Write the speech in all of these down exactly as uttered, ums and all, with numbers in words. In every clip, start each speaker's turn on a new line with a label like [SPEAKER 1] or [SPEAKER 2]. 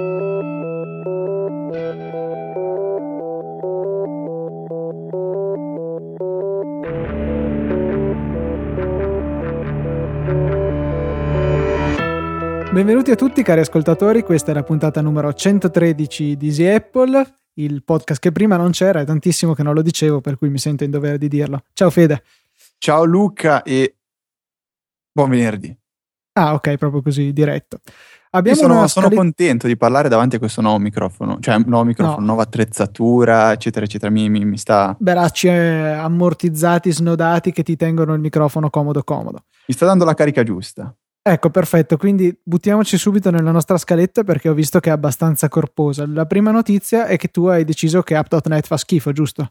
[SPEAKER 1] Benvenuti a tutti cari ascoltatori, questa è la puntata numero centotredici di Easy Apple, il podcast che prima non c'era, è tantissimo che non lo dicevo, per cui mi sento in dovere di dirlo. Ciao Fede.
[SPEAKER 2] Ciao Luca e buon venerdì.
[SPEAKER 1] Ah ok, proprio così, diretto. Abbiamo
[SPEAKER 2] sono,
[SPEAKER 1] una
[SPEAKER 2] sono
[SPEAKER 1] scali-
[SPEAKER 2] contento di parlare davanti a questo nuovo microfono, cioè nuovo microfono,
[SPEAKER 1] no.
[SPEAKER 2] nuova attrezzatura, eccetera, eccetera, mi, mi, mi sta...
[SPEAKER 1] Bracci eh, ammortizzati, snodati che ti tengono il microfono comodo comodo.
[SPEAKER 2] Mi sta dando la carica giusta.
[SPEAKER 1] Ecco, perfetto, quindi buttiamoci subito nella nostra scaletta perché ho visto che è abbastanza corposa. La prima notizia è che tu hai deciso che app punto net fa schifo, giusto?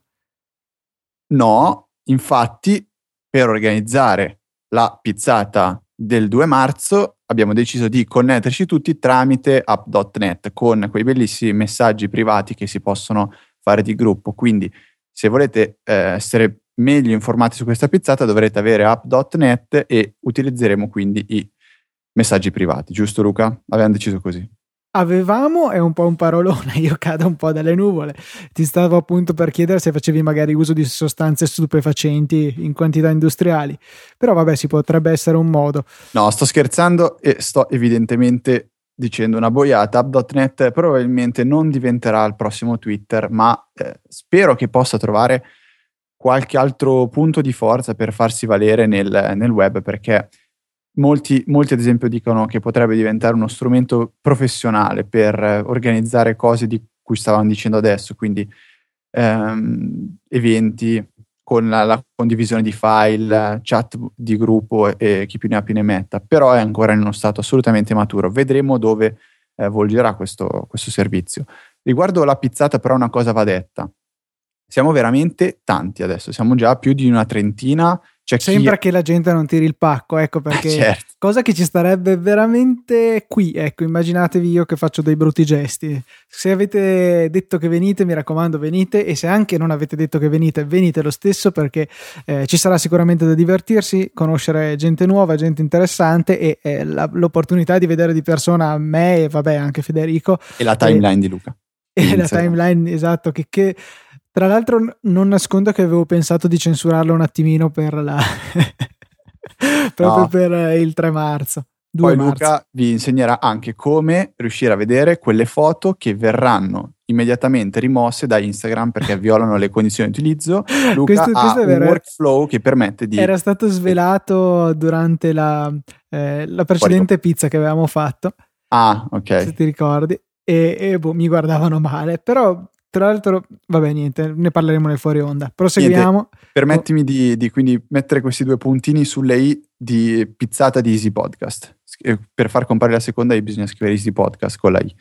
[SPEAKER 2] No, infatti, per organizzare la pizzata del due marzo abbiamo deciso di connetterci tutti tramite app punto net con quei bellissimi messaggi privati che si possono fare di gruppo. Quindi se volete eh, essere meglio informati su questa pizzata dovrete avere app punto net e utilizzeremo quindi i messaggi privati, giusto Luca? Avevamo deciso così.
[SPEAKER 1] Avevamo è un po' un parolone, io cado un po' dalle nuvole. Ti stavo appunto per chiedere se facevi magari uso di sostanze stupefacenti in quantità industriali, però vabbè, si potrebbe essere un modo.
[SPEAKER 2] No, sto scherzando e sto evidentemente dicendo una boiata. app punto net probabilmente non diventerà il prossimo Twitter, ma eh, spero che possa trovare qualche altro punto di forza per farsi valere nel, nel web, perché Molti, molti ad esempio dicono che potrebbe diventare uno strumento professionale per eh, organizzare cose di cui stavamo dicendo adesso, quindi ehm, eventi con la, la condivisione di file, chat di gruppo e, e chi più ne ha più ne metta, però è ancora in uno stato assolutamente maturo. Vedremo dove eh, volgerà questo, questo servizio. Riguardo la pizzata però una cosa va detta, siamo veramente tanti adesso, siamo già più di una trentina. C'è
[SPEAKER 1] Sembra
[SPEAKER 2] chi...
[SPEAKER 1] che la gente non tiri il pacco, ecco perché,
[SPEAKER 2] eh, certo.
[SPEAKER 1] Cosa che ci starebbe veramente qui, ecco, immaginatevi io che faccio dei brutti gesti. Se avete detto che venite, mi raccomando venite, e se anche non avete detto che venite, venite lo stesso, perché eh, ci sarà sicuramente da divertirsi, conoscere gente nuova, gente interessante e eh, la, l'opportunità di vedere di persona me e vabbè anche Federico.
[SPEAKER 2] E la timeline e, di Luca.
[SPEAKER 1] E la timeline, esatto, che... che tra l'altro non nascondo che avevo pensato di censurarlo un attimino per la proprio
[SPEAKER 2] no.
[SPEAKER 1] per il tre marzo.
[SPEAKER 2] Poi
[SPEAKER 1] marzo.
[SPEAKER 2] Luca vi insegnerà anche come riuscire a vedere quelle foto che verranno immediatamente rimosse da Instagram perché violano le condizioni di utilizzo. Luca questo, questo ha un vero. workflow che permette di...
[SPEAKER 1] Era stato svelato durante la, eh, la precedente pizza che avevamo fatto.
[SPEAKER 2] Ah, ok.
[SPEAKER 1] Se ti ricordi. E, e boh, mi guardavano male, però... Tra l'altro, vabbè, niente, ne parleremo nel fuori onda. Proseguiamo.
[SPEAKER 2] Niente, permettimi di, di quindi mettere questi due puntini sulle i di pizzata di Easy Podcast. Per far comparire la seconda i bisogna scrivere Easy Podcast con la i.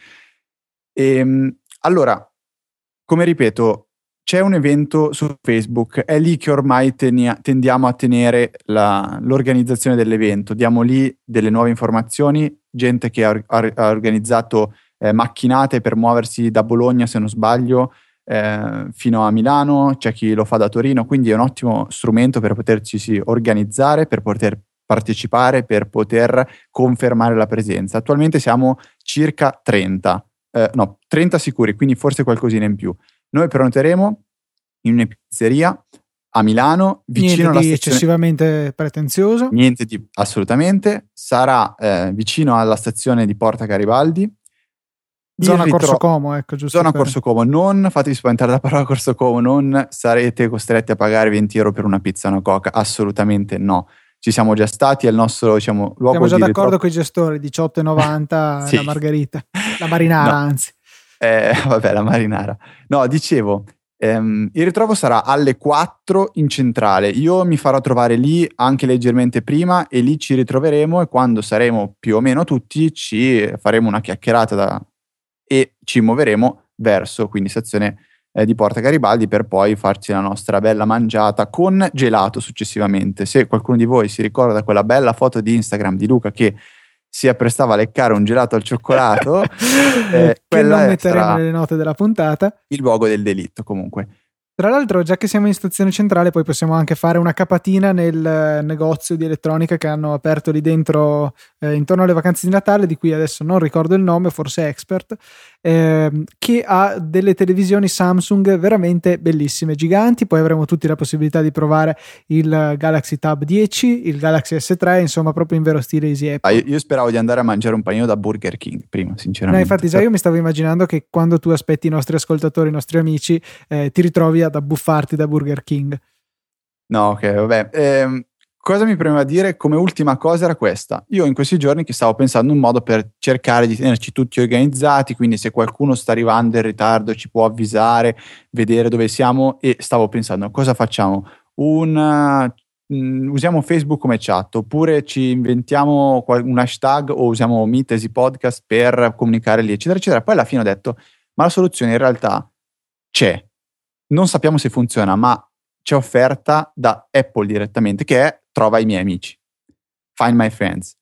[SPEAKER 2] E, allora, come ripeto, c'è un evento su Facebook, è lì che ormai tenia, tendiamo a tenere la, l'organizzazione dell'evento. Diamo lì delle nuove informazioni, gente che ha, ha, ha organizzato Eh, macchinate per muoversi da Bologna, se non sbaglio, eh, fino a Milano, c'è chi lo fa da Torino, quindi è un ottimo strumento per poterci organizzare, per poter partecipare, per poter confermare la presenza. Attualmente siamo circa trenta, eh, no, trenta sicuri, quindi forse qualcosina in più. Noi prenoteremo in una pizzeria a Milano, vicino alla stazione...
[SPEAKER 1] Niente di eccessivamente pretenzioso.
[SPEAKER 2] Niente di... assolutamente. Sarà eh, vicino alla stazione di Porta Garibaldi.
[SPEAKER 1] Zona ritro- Corso Como, ecco, giusto.
[SPEAKER 2] Zona
[SPEAKER 1] per...
[SPEAKER 2] Corso Como, non fatevi spaventare la parola Corso Como, non sarete costretti a pagare venti euro per una pizza e una coca, assolutamente no. Ci siamo già stati, è il nostro, diciamo, luogo
[SPEAKER 1] Siamo già
[SPEAKER 2] di
[SPEAKER 1] d'accordo
[SPEAKER 2] ritro-
[SPEAKER 1] con i gestori, diciotto e novanta
[SPEAKER 2] sì.
[SPEAKER 1] La margherita, la marinara
[SPEAKER 2] no.
[SPEAKER 1] anzi.
[SPEAKER 2] Eh, vabbè, la marinara. No, dicevo, ehm, il ritrovo sarà alle quattro in centrale, io mi farò trovare lì anche leggermente prima e lì ci ritroveremo e quando saremo più o meno tutti ci faremo una chiacchierata da... e ci muoveremo verso quindi stazione eh, di Porta Garibaldi per poi farci la nostra bella mangiata con gelato successivamente. Se qualcuno di voi si ricorda quella bella foto di Instagram di Luca che si apprestava a leccare un gelato al cioccolato, eh,
[SPEAKER 1] che non metteremo
[SPEAKER 2] sarà
[SPEAKER 1] nelle note della puntata,
[SPEAKER 2] il luogo del delitto comunque.
[SPEAKER 1] Tra l'altro, già che siamo in stazione centrale, poi possiamo anche fare una capatina nel negozio di elettronica che hanno aperto lì dentro eh, intorno alle vacanze di Natale, di cui adesso non ricordo il nome, forse Expert, eh, che ha delle televisioni Samsung veramente bellissime, giganti. Poi avremo tutti la possibilità di provare il Galaxy Tab dieci, il Galaxy S tre, insomma proprio in vero stile Easy Apple.
[SPEAKER 2] Ah, io, io speravo di andare a mangiare un panino da Burger King prima, sinceramente.
[SPEAKER 1] No, infatti già io mi stavo immaginando che quando tu aspetti i nostri ascoltatori, i nostri amici, eh, ti ritrovi ad abbuffarti da Burger King.
[SPEAKER 2] No, ok, vabbè. Eh, cosa mi premeva dire come ultima cosa era questa. Io in questi giorni che stavo pensando un modo per cercare di tenerci tutti organizzati, quindi se qualcuno sta arrivando in ritardo ci può avvisare, vedere dove siamo, e stavo pensando cosa facciamo? Un... Mm, usiamo Facebook come chat, oppure ci inventiamo un hashtag o usiamo Meet Easy Podcast per comunicare lì, eccetera, eccetera. Poi alla fine ho detto, ma la soluzione in realtà c'è. Non sappiamo se funziona, ma c'è offerta da Apple direttamente, che è trova i miei amici. Find my friends.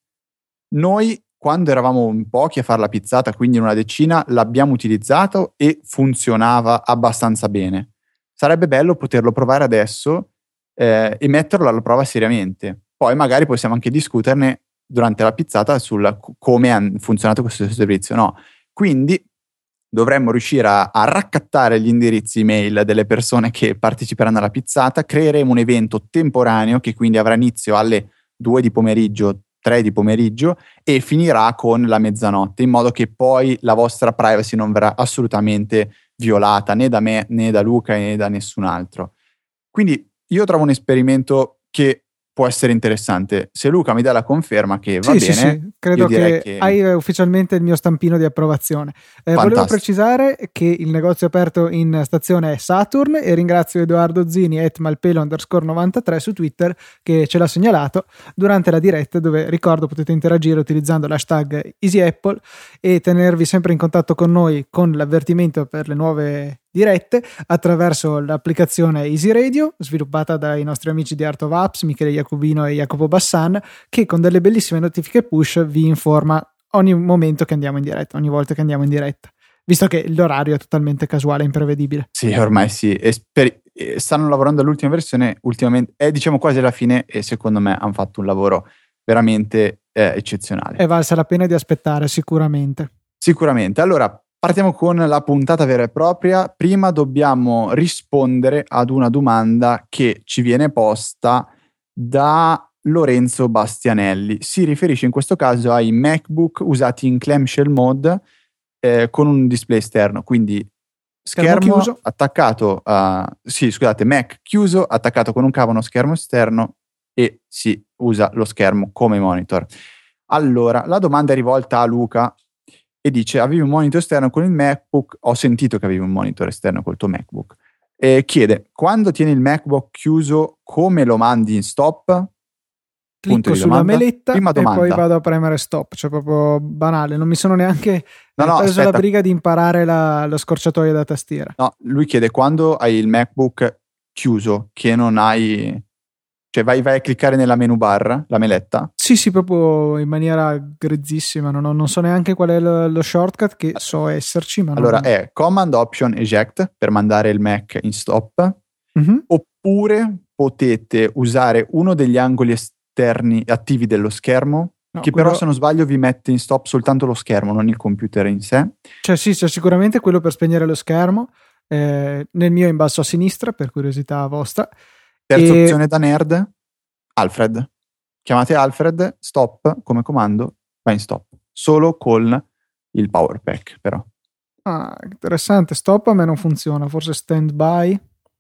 [SPEAKER 2] Noi, quando eravamo in pochi a fare la pizzata, quindi in una decina, l'abbiamo utilizzato e funzionava abbastanza bene. Sarebbe bello poterlo provare adesso eh, e metterlo alla prova seriamente. Poi magari possiamo anche discuterne durante la pizzata sul come ha funzionato questo servizio. No, quindi dovremmo riuscire a, a raccattare gli indirizzi email delle persone che parteciperanno alla pizzata. Creeremo un evento temporaneo che quindi avrà inizio alle due di pomeriggio, tre di pomeriggio e finirà con la mezzanotte, in modo che poi la vostra privacy non verrà assolutamente violata né da me né da Luca né da nessun altro. Quindi io trovo un esperimento che può essere interessante. Se Luca mi dà la conferma che va
[SPEAKER 1] sì,
[SPEAKER 2] bene,
[SPEAKER 1] sì, sì. Credo che, che hai ufficialmente il mio stampino di approvazione. Eh, volevo precisare che il negozio aperto in stazione è Saturn e ringrazio Edoardo Zini at malpelo underscore novantatré su Twitter che ce l'ha segnalato durante la diretta, dove ricordo potete interagire utilizzando l'hashtag EasyApple e tenervi sempre in contatto con noi con l'avvertimento per le nuove dirette attraverso l'applicazione Easy Radio, sviluppata dai nostri amici di Art of Apps, Michele Iacobino e Jacopo Bassan, che con delle bellissime notifiche push vi informa ogni momento che andiamo in diretta, ogni volta che andiamo in diretta, visto che l'orario è totalmente casuale e imprevedibile.
[SPEAKER 2] Sì, ormai sì, e speri- e stanno lavorando all'ultima versione, ultimamente è diciamo quasi alla fine e secondo me hanno fatto un lavoro veramente eh, eccezionale.
[SPEAKER 1] È valsa la pena di aspettare, sicuramente.
[SPEAKER 2] Sicuramente. Allora, partiamo con la puntata vera e propria. Prima dobbiamo rispondere ad una domanda che ci viene posta da Lorenzo Bastianelli. Si riferisce in questo caso ai MacBook usati in clamshell mode eh, con un display esterno, quindi schermo chiuso, attaccato a... sì, scusate, Mac chiuso, attaccato con un cavo a uno schermo esterno e si usa lo schermo come monitor. Allora, la domanda è rivolta a Luca e dice: avevi un monitor esterno con il MacBook, ho sentito che avevi un monitor esterno col tuo MacBook, e chiede: quando tieni il MacBook chiuso come lo mandi in stop?
[SPEAKER 1] Clicco sulla meletta e poi vado a premere stop, cioè proprio banale, non mi sono neanche no, no, preso aspetta. la briga di imparare la, lo scorciatoio da tastiera.
[SPEAKER 2] No, lui chiede quando hai il MacBook chiuso, che non hai... Cioè vai, vai a cliccare nella menu bar, la meletta?
[SPEAKER 1] Sì, sì, proprio in maniera grezzissima. Non, ho, non so neanche qual è lo, lo shortcut, che so esserci. Ma
[SPEAKER 2] allora
[SPEAKER 1] non...
[SPEAKER 2] è Command Option Eject per mandare il Mac in stop, mm-hmm. Oppure potete usare uno degli angoli esterni attivi dello schermo, no, che quello... però se non sbaglio vi mette in stop soltanto lo schermo, non il computer in sé.
[SPEAKER 1] Cioè sì, c'è sicuramente quello per spegnere lo schermo, eh, nel mio in basso a sinistra, per curiosità vostra.
[SPEAKER 2] Terza
[SPEAKER 1] e...
[SPEAKER 2] opzione da nerd, Alfred. Chiamate Alfred, stop come comando, va in stop. Solo con il power pack, però.
[SPEAKER 1] Ah, interessante. Stop a me non funziona, forse stand by,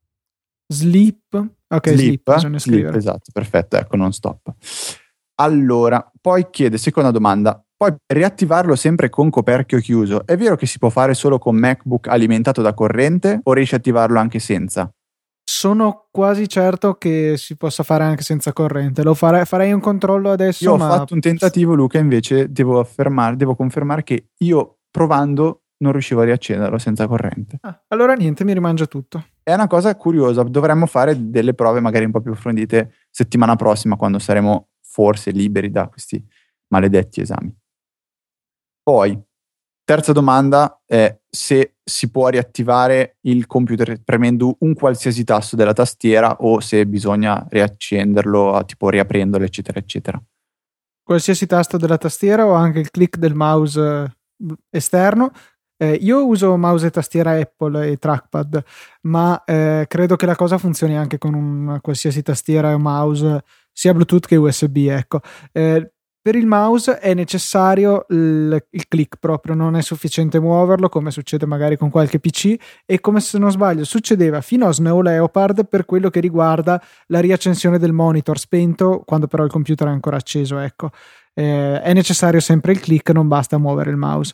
[SPEAKER 1] sleep. Ok, sleep, sleep bisogna
[SPEAKER 2] sleep,
[SPEAKER 1] scrivere.
[SPEAKER 2] Esatto, perfetto, ecco, non stop. Allora, poi chiede, seconda domanda, poi riattivarlo sempre con coperchio chiuso, è vero che si può fare solo con MacBook alimentato da corrente o riesci a attivarlo anche senza?
[SPEAKER 1] Sono quasi certo che si possa fare anche senza corrente. Lo farei, farei un controllo adesso.
[SPEAKER 2] Io
[SPEAKER 1] ma...
[SPEAKER 2] ho fatto un tentativo, Luca, invece devo affermare, devo confermare che io provando non riuscivo a riaccenderlo senza corrente.
[SPEAKER 1] Ah, allora niente, mi rimangio tutto.
[SPEAKER 2] È una cosa curiosa, dovremmo fare delle prove magari un po' più approfondite settimana prossima, quando saremo forse liberi da questi maledetti esami. Poi, terza domanda è se si può riattivare il computer premendo un qualsiasi tasto della tastiera o se bisogna riaccenderlo, tipo riaprendolo, eccetera, eccetera.
[SPEAKER 1] Qualsiasi tasto della tastiera o anche il click del mouse eh, esterno. Eh, io uso mouse e tastiera Apple e trackpad, ma eh, credo che la cosa funzioni anche con una qualsiasi tastiera o mouse, sia Bluetooth che U S B, ecco. Eh, per il mouse è necessario il, il click proprio, non è sufficiente muoverlo come succede magari con qualche P C e come se non sbaglio succedeva fino a Snow Leopard per quello che riguarda la riaccensione del monitor spento quando però il computer è ancora acceso, ecco. Eh, è necessario sempre il click, non basta muovere il mouse.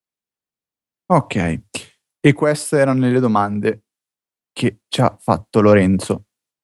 [SPEAKER 2] Ok, e queste erano le domande che ci ha fatto Lorenzo.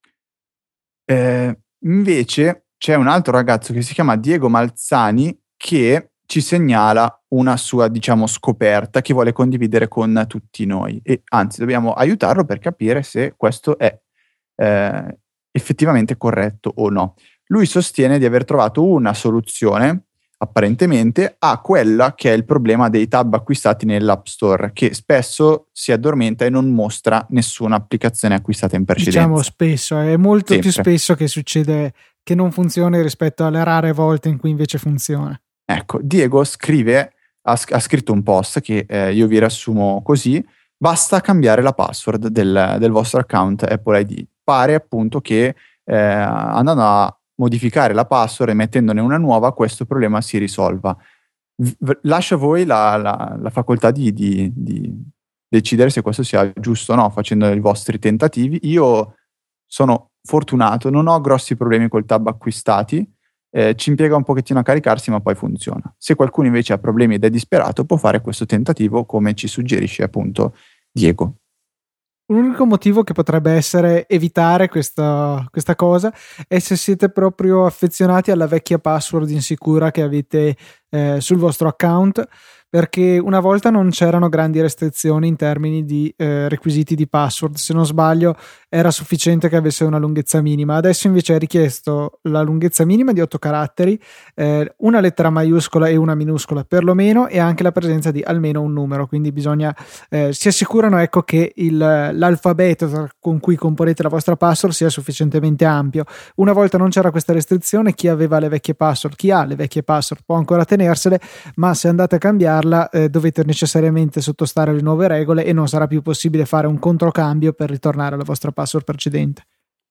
[SPEAKER 2] Eh, invece c'è un altro ragazzo che si chiama Diego Malzani che ci segnala una sua, diciamo, scoperta che vuole condividere con tutti noi e anzi dobbiamo aiutarlo per capire se questo è eh, effettivamente corretto o no. Lui sostiene di aver trovato una soluzione apparentemente a quella che è il problema dei tab acquistati nell'App Store, che spesso si addormenta e non mostra nessuna applicazione acquistata in precedenza.
[SPEAKER 1] Diciamo spesso, è molto
[SPEAKER 2] Sempre.
[SPEAKER 1] più spesso che succede che non funzioni rispetto alle rare volte in cui invece funziona.
[SPEAKER 2] Ecco, Diego scrive, ha, ha scritto un post che eh, io vi riassumo così: basta cambiare la password del, del vostro account Apple I D. Pare appunto che eh, andando a modificare la password e mettendone una nuova questo problema si risolva. V- lascio a voi la, la, la facoltà di, di, di decidere se questo sia giusto o no, facendo i vostri tentativi. Io sono fortunato, non ho grossi problemi col tab acquistati, eh, ci impiega un pochettino a caricarsi ma poi funziona. Se qualcuno invece ha problemi ed è disperato può fare questo tentativo come ci suggerisce appunto Diego.
[SPEAKER 1] L'unico motivo che potrebbe essere evitare questa, questa cosa è se siete proprio affezionati alla vecchia password insicura che avete eh, sul vostro account, perché una volta non c'erano grandi restrizioni in termini di eh, requisiti di password. Se non sbaglio era sufficiente che avesse una lunghezza minima. Adesso invece è richiesto la lunghezza minima di otto caratteri, eh, una lettera maiuscola e una minuscola perlomeno, e anche la presenza di almeno un numero. Quindi bisogna eh, si assicurano, ecco, che il, l'alfabeto con cui componete la vostra password sia sufficientemente ampio. Una volta non c'era questa restrizione, chi aveva le vecchie password, chi ha le vecchie password può ancora tenersele, ma se andate a cambiarla eh, dovete necessariamente sottostare alle nuove regole e non sarà più possibile fare un controcambio per ritornare alla vostra password precedente.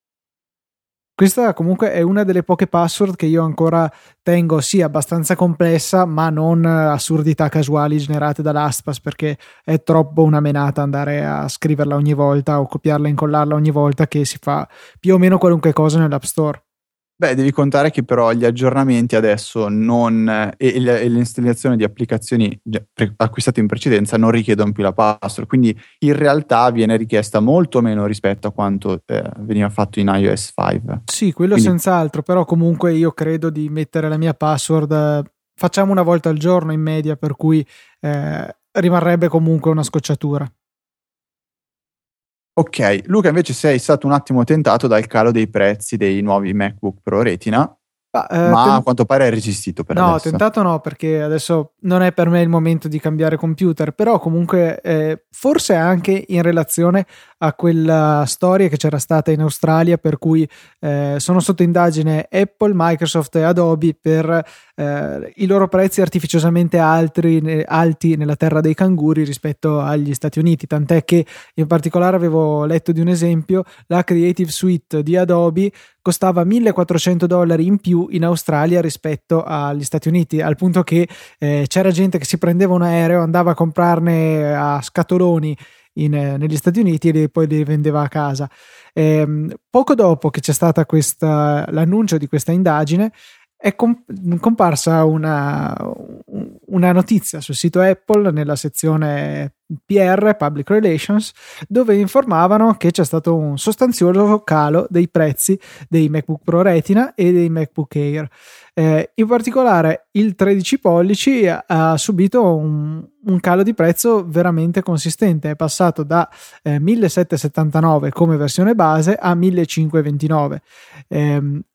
[SPEAKER 1] Questa comunque è una delle poche password che io ancora tengo, sì, abbastanza complessa, ma non assurdità casuali generate da LastPass, perché è troppo una menata andare a scriverla ogni volta o copiarla e incollarla ogni volta che si fa più o meno qualunque cosa nell'App Store.
[SPEAKER 2] Beh, devi contare che però gli aggiornamenti adesso non e, e l'installazione di applicazioni pre- acquistate in precedenza non richiedono più la password, quindi in realtà viene richiesta molto meno rispetto a quanto eh, veniva fatto in iOS cinque.
[SPEAKER 1] Sì, quello quindi senz'altro, però comunque io credo di mettere la mia password, eh, facciamo una volta al giorno in media, per cui eh, rimarrebbe comunque una scocciatura.
[SPEAKER 2] Ok, Luca, invece sei stato un attimo tentato dal calo dei prezzi dei nuovi MacBook Pro Retina, ah, eh, ma ten... a quanto pare hai resistito per
[SPEAKER 1] no,
[SPEAKER 2] adesso.
[SPEAKER 1] No, tentato no, perché adesso non è per me il momento di cambiare computer, però comunque eh, forse anche in relazione a quella storia che c'era stata in Australia, per cui eh, sono sotto indagine Apple, Microsoft e Adobe per eh, i loro prezzi artificiosamente altri, alti nella terra dei canguri rispetto agli Stati Uniti, tant'è che in particolare avevo letto di un esempio: la Creative Suite di Adobe costava millequattrocento dollari in più in Australia rispetto agli Stati Uniti, al punto che eh, c'era gente che si prendeva un aereo, andava a comprarne a scatoloni in, eh, negli Stati Uniti e poi li vendeva a casa. Eh, poco dopo che c'è stata questa, l'annuncio di questa indagine, è comparsa una, una notizia sul sito Apple nella sezione P R, Public Relations, dove informavano che c'è stato un sostanzioso calo dei prezzi dei MacBook Pro Retina e dei MacBook Air. Eh, in particolare il tredici pollici ha subito un, un calo di prezzo veramente consistente, è passato da eh, millesettecentosettantanove come versione base a millecinquecentoventinove. Eh,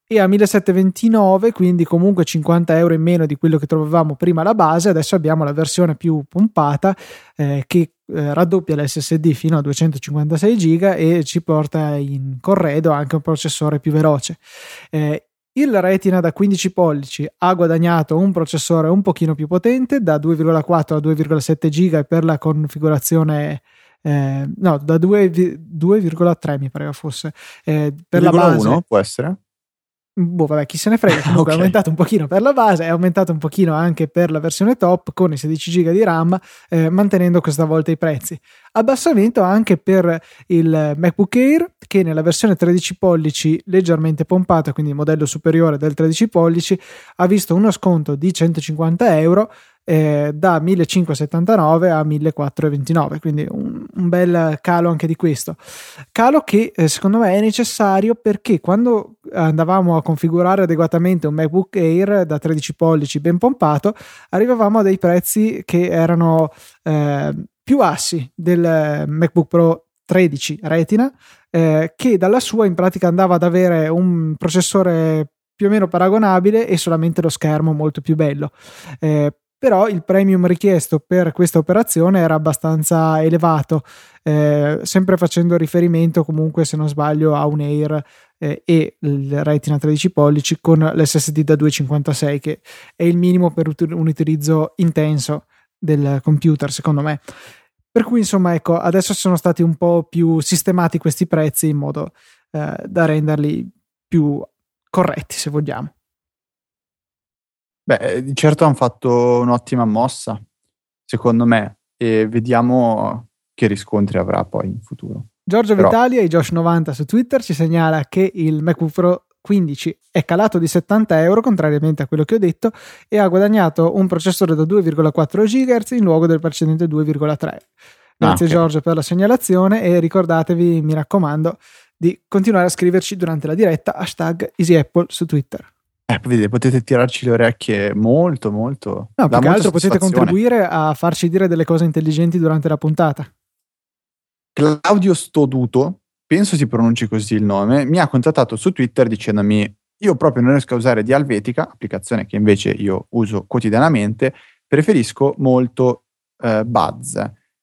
[SPEAKER 1] e a millesettecentoventinove, quindi comunque cinquanta euro in meno di quello che trovavamo prima la base. Adesso abbiamo la versione più pompata eh, che eh, raddoppia l'S S D fino a duecentocinquantasei giga e ci porta in corredo anche un processore più veloce. Eh, il Retina da quindici pollici ha guadagnato un processore un pochino più potente, da due virgola quattro a due virgola sette giga per la configurazione eh, no, da due virgola tre mi pareva fosse eh, per la base.
[SPEAKER 2] uno può essere?
[SPEAKER 1] Boh, vabbè, chi se ne frega. Comunque okay. È aumentato un pochino per la base, è aumentato un pochino anche per la versione top con i sedici giga di RAM, eh, mantenendo questa volta i prezzi. Abbassamento anche per il MacBook Air, che nella versione tredici pollici leggermente pompata, quindi il modello superiore del tredici pollici, ha visto uno sconto di centocinquanta euro eh, da millecinquecentosettantanove a millequattrocentoventinove, quindi un, un bel calo anche di questo. Calo che eh, secondo me è necessario, perché quando andavamo a configurare adeguatamente un MacBook Air da tredici pollici ben pompato, arrivavamo a dei prezzi che erano eh, più bassi del MacBook Pro tredici Retina, eh, che dalla sua in pratica andava ad avere un processore più o meno paragonabile e solamente lo schermo molto più bello. Eh, però il premium richiesto per questa operazione era abbastanza elevato, eh, sempre facendo riferimento comunque, se non sbaglio, a un Air eh, e il Retina tredici pollici con l'S S D da duecentocinquantasei, che è il minimo per ut- un utilizzo intenso del computer, secondo me. Per cui insomma, ecco, adesso sono stati un po' più sistemati questi prezzi in modo eh, da renderli più corretti, se vogliamo.
[SPEAKER 2] Beh, di certo hanno fatto un'ottima mossa, secondo me, e vediamo che riscontri avrà poi in futuro.
[SPEAKER 1] Giorgio Però... Vitali e Josh novanta su Twitter ci segnala che il MacBook Pro quindici è calato di settanta euro, contrariamente a quello che ho detto, e ha guadagnato un processore da due virgola quattro gigahertz in luogo del precedente due virgola tre. Grazie ah, okay. Giorgio per la segnalazione, e ricordatevi, mi raccomando, di continuare a scriverci durante la diretta hashtag EasyApple su Twitter.
[SPEAKER 2] Eh, vedete, potete tirarci le orecchie molto molto.
[SPEAKER 1] No, più che altro potete contribuire a farci dire delle cose intelligenti durante la puntata.
[SPEAKER 2] Claudio Stoduto, penso si pronunci così il nome, mi ha contattato su Twitter dicendomi: io proprio non riesco a usare Dialvetica, applicazione che invece io uso quotidianamente, preferisco molto eh, Buzz.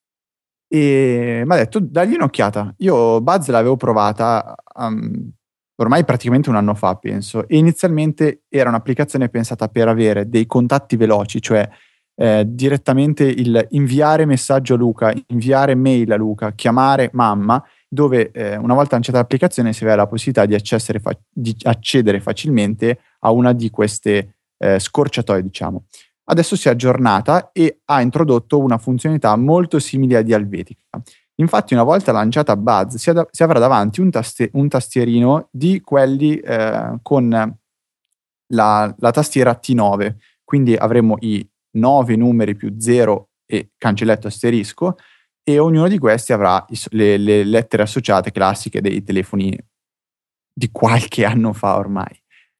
[SPEAKER 2] E mi ha detto dagli un'occhiata. Io Buzz l'avevo provata um, ormai praticamente un anno fa, penso, e inizialmente era un'applicazione pensata per avere dei contatti veloci, cioè eh, direttamente il inviare messaggio a Luca, inviare mail a Luca, chiamare mamma, dove eh, una volta lanciata l'applicazione si aveva la possibilità di, fa- di accedere facilmente a una di queste eh, scorciatoie, diciamo. Adesso si è aggiornata e ha introdotto una funzionalità molto simile a Dialvetica. Infatti, una volta lanciata Buzz, si, ad- si avrà davanti un, taste- un tastierino di quelli eh, con la-, la tastiera T nove, quindi avremo i nove numeri più zero e cancelletto asterisco, e ognuno di questi avrà i- le-, le lettere associate classiche dei telefoni di qualche anno fa ormai.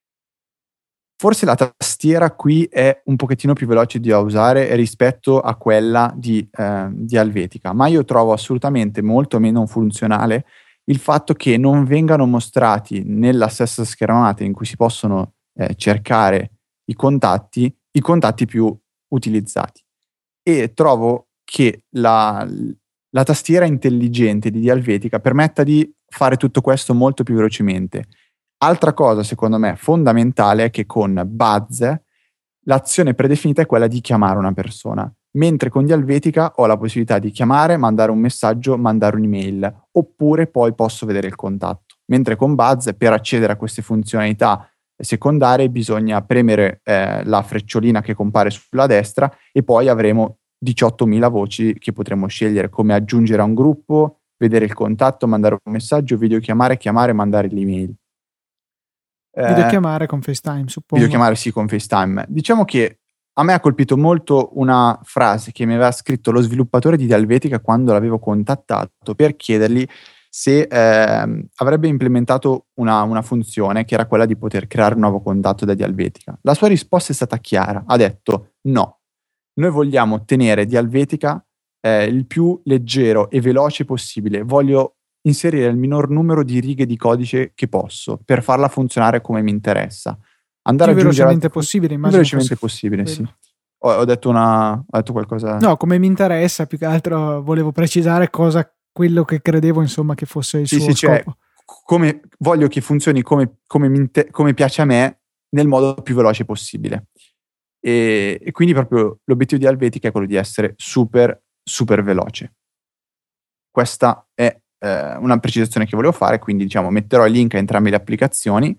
[SPEAKER 2] Forse la tastiera qui è un pochettino più veloce da usare rispetto a quella di, eh, di Helvetica, ma io trovo assolutamente molto meno funzionale il fatto che non vengano mostrati nella stessa schermata in cui si possono eh, cercare i contatti, i contatti più utilizzati. E trovo che la, la tastiera intelligente di Helvetica permetta di fare tutto questo molto più velocemente. Altra cosa, secondo me, fondamentale è che con Buzz l'azione predefinita è quella di chiamare una persona, mentre con Dialvetica ho la possibilità di chiamare, mandare un messaggio, mandare un'email, oppure poi posso vedere il contatto. Mentre con Buzz, per accedere a queste funzionalità secondarie, bisogna premere eh, la frecciolina che compare sulla destra e poi avremo diciottomila voci che potremo scegliere, come aggiungere a un gruppo, vedere il contatto, mandare un messaggio, videochiamare, chiamare, mandare l'email.
[SPEAKER 1] Videochiamare eh, con FaceTime, suppongo.
[SPEAKER 2] Videochiamare sì, con FaceTime. Diciamo che a me ha colpito molto una frase che mi aveva scritto lo sviluppatore di Dialvetica quando l'avevo contattato per chiedergli se eh, avrebbe implementato una, una funzione che era quella di poter creare un nuovo contatto da Dialvetica. La sua risposta è stata chiara, ha detto no, noi vogliamo tenere Dialvetica eh, il più leggero e veloce possibile, voglio inserire il minor numero di righe di codice che posso per farla funzionare come mi interessa. Andare
[SPEAKER 1] più
[SPEAKER 2] a
[SPEAKER 1] velocemente
[SPEAKER 2] fun-
[SPEAKER 1] possibile,
[SPEAKER 2] più
[SPEAKER 1] immagino.
[SPEAKER 2] velocemente possibile, sì. Ho, ho detto una ho detto qualcosa.
[SPEAKER 1] No, come mi interessa, più che altro volevo precisare cosa quello che credevo, insomma, che fosse il
[SPEAKER 2] sì,
[SPEAKER 1] suo
[SPEAKER 2] sì,
[SPEAKER 1] scopo.
[SPEAKER 2] cioè, come voglio che funzioni come, come, mi inter- come piace a me nel modo più veloce possibile. E, e quindi proprio l'obiettivo di Helvetica è quello di essere super, super veloce. Questa è eh, una precisazione che volevo fare, quindi diciamo metterò il link a entrambe le applicazioni.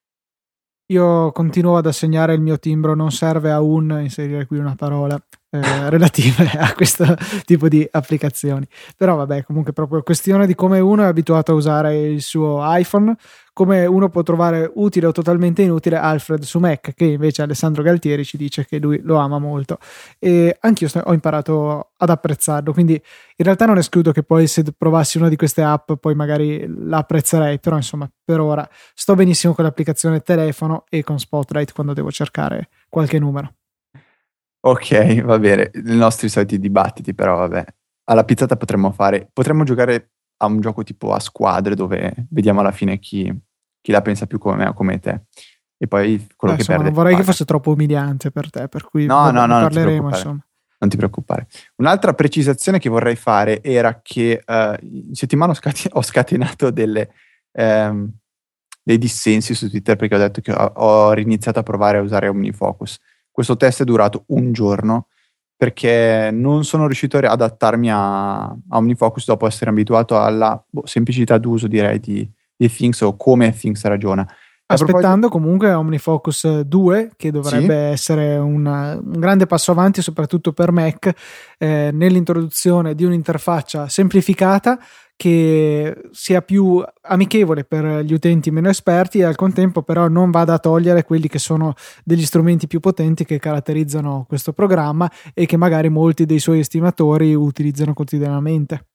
[SPEAKER 1] Io continuo ad assegnare il mio timbro, non serve a un inserire qui una parola eh, relative a questo tipo di applicazioni. Però vabbè, comunque proprio questione di come uno è abituato a usare il suo iPhone, come uno può trovare utile o totalmente inutile Alfred su Mac, che invece Alessandro Galtieri ci dice che lui lo ama molto. E anch'io sto, ho imparato ad apprezzarlo, quindi in realtà non escludo che poi se provassi una di queste app poi magari la apprezzerei, però insomma per ora sto benissimo con l'applicazione telefono e con Spotlight quando devo cercare qualche numero.
[SPEAKER 2] Ok, va bene, i nostri soliti dibattiti, però vabbè. Alla pizzata potremmo fare, potremmo giocare a un gioco tipo a squadre dove vediamo alla fine chi, chi la pensa più come me o come te. E poi quello
[SPEAKER 1] Eh,
[SPEAKER 2] che
[SPEAKER 1] insomma,
[SPEAKER 2] perde
[SPEAKER 1] non vorrei
[SPEAKER 2] paga.
[SPEAKER 1] che fosse troppo umiliante per te, per cui
[SPEAKER 2] No,
[SPEAKER 1] vabbè,
[SPEAKER 2] no,
[SPEAKER 1] ne
[SPEAKER 2] no, non ti
[SPEAKER 1] parleremo,
[SPEAKER 2] preoccupare.
[SPEAKER 1] insomma.
[SPEAKER 2] Non ti preoccupare. Un'altra precisazione che vorrei fare era che eh, in settimana ho, scati- ho scatenato delle, ehm, dei dissensi su Twitter perché ho detto che ho, ho riniziato a provare a usare OmniFocus. Questo test è durato un giorno perché non sono riuscito ad adattarmi a, a OmniFocus dopo essere abituato alla boh, semplicità d'uso, direi, di, di Things o come Things ragiona. E a
[SPEAKER 1] Aspettando
[SPEAKER 2] proposito,
[SPEAKER 1] comunque OmniFocus due, che
[SPEAKER 2] sì,
[SPEAKER 1] dovrebbe essere una- un grande passo avanti, soprattutto per Mac, eh, nell'introduzione di un'interfaccia semplificata che sia più amichevole per gli utenti meno esperti e al contempo però non vada a togliere quelli che sono degli strumenti più potenti che caratterizzano questo programma e che magari molti dei suoi estimatori utilizzano quotidianamente.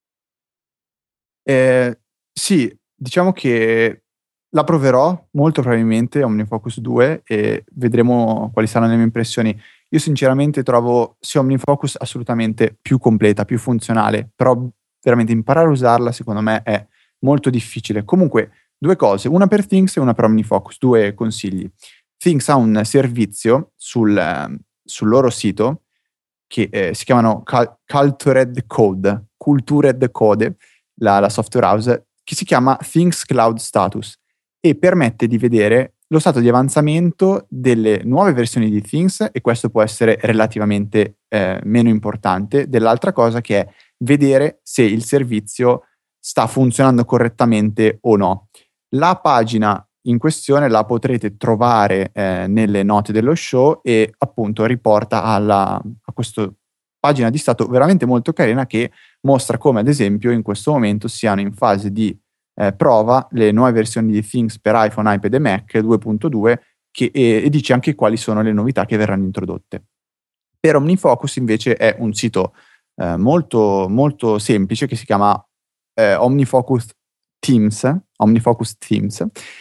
[SPEAKER 2] eh, sì, diciamo che la proverò molto probabilmente OmniFocus due e vedremo quali saranno le mie impressioni. Io sinceramente trovo sia OmniFocus assolutamente più completa, più funzionale, però veramente imparare a usarla secondo me è molto difficile. Comunque, due cose, una per Things e una per OmniFocus, due consigli. Things ha un servizio sul, eh, sul loro sito che eh, si chiamano Cul- Cultured Code, Cultured Code, la, la software house, che si chiama Things Cloud Status e permette di vedere lo stato di avanzamento delle nuove versioni di Things, e questo può essere relativamente eh, meno importante dell'altra cosa, che è vedere se il servizio sta funzionando correttamente o no. La pagina in questione la potrete trovare eh, nelle note dello show e appunto riporta alla, a questa pagina di stato veramente molto carina che mostra come ad esempio in questo momento siano in fase di eh, prova le nuove versioni di Things per iPhone, iPad e Mac due punto due che, e, e dice anche quali sono le novità che verranno introdotte. Per OmniFocus invece è un sito eh, molto, molto semplice che si chiama eh, OmniFocus Themes, OmniFocus Themes,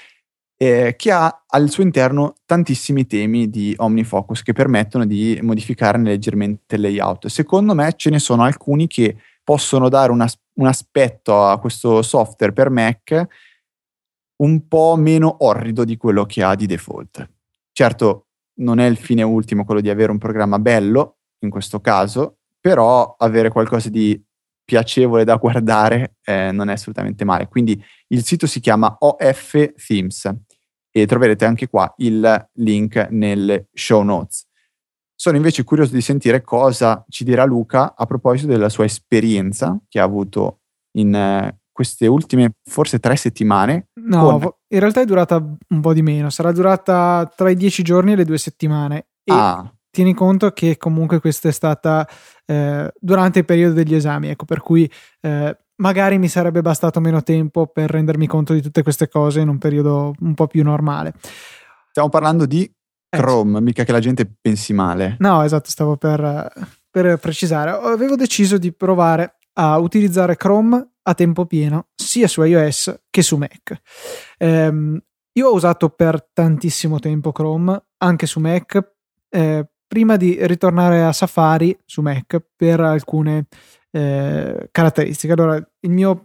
[SPEAKER 2] eh, che ha al suo interno tantissimi temi di OmniFocus che permettono di modificarne leggermente il layout. Secondo me ce ne sono alcuni che possono dare una, un aspetto a questo software per Mac un po' meno orrido di quello che ha di default. Certo, non è il fine ultimo quello di avere un programma bello, in questo caso, però avere qualcosa di piacevole da guardare eh, non è assolutamente male. Quindi il sito si chiama O F Themes e troverete anche qua il link nelle show notes. Sono invece curioso di sentire cosa ci dirà Luca a proposito della sua esperienza che ha avuto in eh, queste ultime forse tre settimane.
[SPEAKER 1] No,
[SPEAKER 2] Con
[SPEAKER 1] vo- in realtà è durata un po' di meno, sarà durata tra i dieci giorni e le due settimane e
[SPEAKER 2] ah,
[SPEAKER 1] tieni conto che comunque questa è stata eh, durante il periodo degli esami, ecco, per cui eh, magari mi sarebbe bastato meno tempo per rendermi conto di tutte queste cose in un periodo un po' più normale.
[SPEAKER 2] stiamo parlando di
[SPEAKER 1] Eh, sì.
[SPEAKER 2] Chrome, mica che la gente pensi male.
[SPEAKER 1] No, esatto, stavo per, per precisare. Avevo deciso di provare a utilizzare Chrome a tempo pieno sia su iOS che su Mac. Ehm, io ho usato per tantissimo tempo Chrome anche su Mac, eh, prima di ritornare a Safari su Mac per alcune eh, caratteristiche. Allora, il mio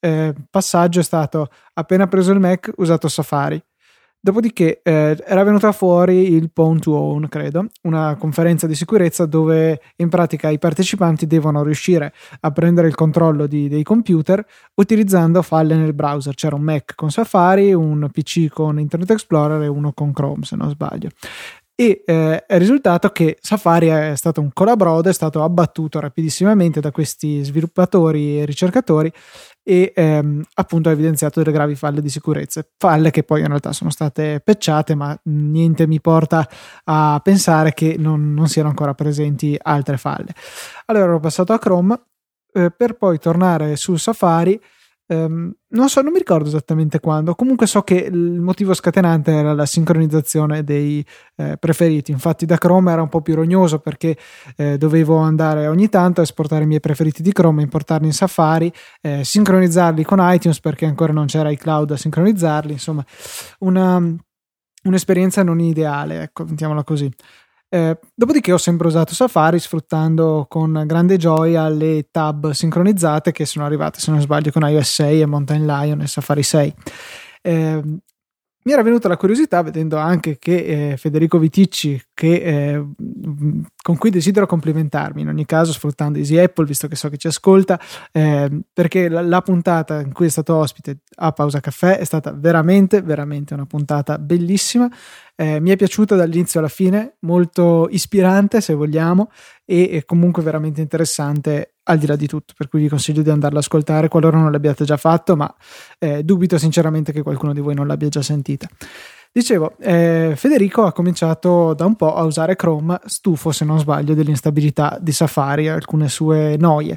[SPEAKER 1] eh, passaggio è stato: appena preso il Mac, usato Safari. Dopodiché eh, era venuta fuori il Pwn to Own, credo, una conferenza di sicurezza dove in pratica i partecipanti devono riuscire a prendere il controllo di, dei computer utilizzando falle nel browser. C'era un Mac con Safari, un P C con Internet Explorer e uno con Chrome, se non sbaglio. E eh, è risultato che Safari è stato un colabrodo, è stato abbattuto rapidissimamente da questi sviluppatori e ricercatori e ehm, appunto ha evidenziato delle gravi falle di sicurezza, falle che poi in realtà sono state patchate, ma niente mi porta a pensare che non, non siano ancora presenti altre falle. Allora ero passato a Chrome eh, per poi tornare su Safari. Um, non so, non mi ricordo esattamente quando, comunque so che il motivo scatenante era la sincronizzazione dei eh, preferiti. Infatti da Chrome era un po' più rognoso perché eh, dovevo andare ogni tanto a esportare i miei preferiti di Chrome, importarli in Safari, eh, sincronizzarli con iTunes perché ancora non c'era iCloud a sincronizzarli, insomma una, un'esperienza non ideale, ecco, mettiamola così. Eh, dopodiché ho sempre usato Safari sfruttando con grande gioia le tab sincronizzate che sono arrivate, se non sbaglio, con iOS sei e Mountain Lion e Safari sei. Eh, mi era venuta la curiosità vedendo anche che eh, Federico Viticci, che, eh, con cui desidero complimentarmi in ogni caso sfruttando Easy Apple, visto che so che ci ascolta, eh, perché la, la puntata in cui è stato ospite a Pausa Caffè è stata veramente veramente una puntata bellissima. Eh, mi è piaciuta dall'inizio alla fine, molto ispirante se vogliamo e, e comunque veramente interessante al di là di tutto, per cui vi consiglio di andarla ad ascoltare qualora non l'abbiate già fatto, ma eh, dubito sinceramente che qualcuno di voi non l'abbia già sentita. Dicevo, eh, Federico ha cominciato da un po' a usare Chrome, stufo se non sbaglio dell'instabilità di Safari, alcune sue noie.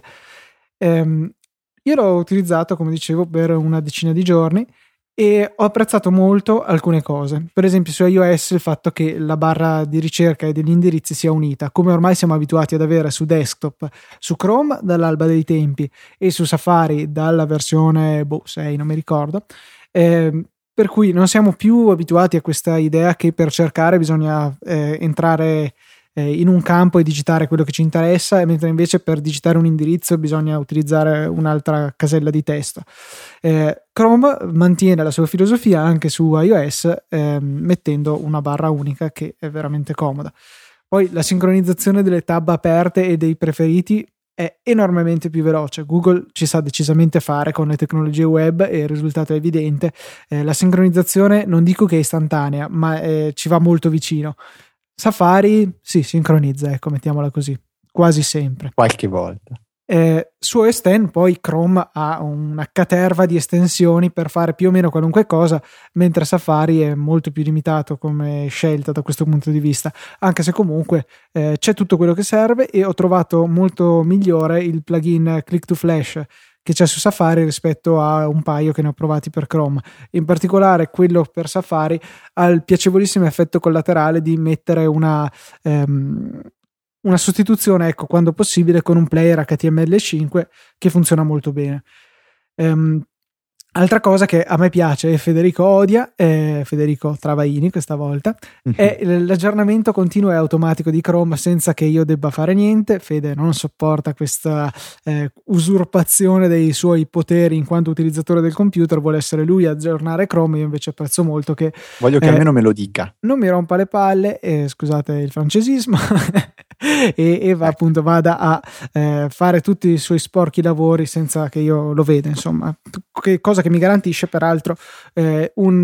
[SPEAKER 1] Eh, io l'ho utilizzato, come dicevo, per una decina di giorni e ho apprezzato molto alcune cose. Per esempio su iOS il fatto che la barra di ricerca e degli indirizzi sia unita, come ormai siamo abituati ad avere su desktop, su Chrome dall'alba dei tempi e su Safari dalla versione boh, sei, non mi ricordo, eh, per cui non siamo più abituati a questa idea che per cercare bisogna eh, entrare in un campo e digitare quello che ci interessa, mentre invece per digitare un indirizzo bisogna utilizzare un'altra casella di testo. Eh, Chrome mantiene la sua filosofia anche su iOS, eh, mettendo una barra unica che è veramente comoda. Poi la sincronizzazione delle tab aperte e dei preferiti è enormemente più veloce. Google ci sa decisamente fare con le tecnologie web e il risultato è evidente. Eh, la sincronizzazione non dico che è istantanea, ma eh, ci va molto vicino. Safari si sì, sincronizza, ecco, mettiamola così, quasi sempre.
[SPEAKER 2] Qualche volta.
[SPEAKER 1] Eh, su O S X poi Chrome ha una caterva di estensioni per fare più o meno qualunque cosa, mentre Safari è molto più limitato come scelta da questo punto di vista, anche se comunque eh, c'è tutto quello che serve e ho trovato molto migliore il plugin Click to Flash che c'è su Safari rispetto a un paio che ne ho provati per Chrome. In particolare quello per Safari ha il piacevolissimo effetto collaterale di mettere una, um, una sostituzione, ecco, quando possibile, con un player H T M L cinque che funziona molto bene. Um, Altra cosa che a me piace e Federico odia, eh, Federico Travaini questa volta, mm-hmm. è l'aggiornamento continuo e automatico di Chrome senza che io debba fare niente. Fede non sopporta questa eh, usurpazione dei suoi poteri in quanto utilizzatore del computer, vuole essere lui a aggiornare Chrome. Io invece apprezzo molto che
[SPEAKER 2] voglio che eh, almeno me lo dica,
[SPEAKER 1] non mi rompa le palle, eh, scusate il francesismo e, e va, appunto vada a eh, fare tutti i suoi sporchi lavori senza che io lo veda, insomma, che cosa che mi garantisce peraltro eh, un,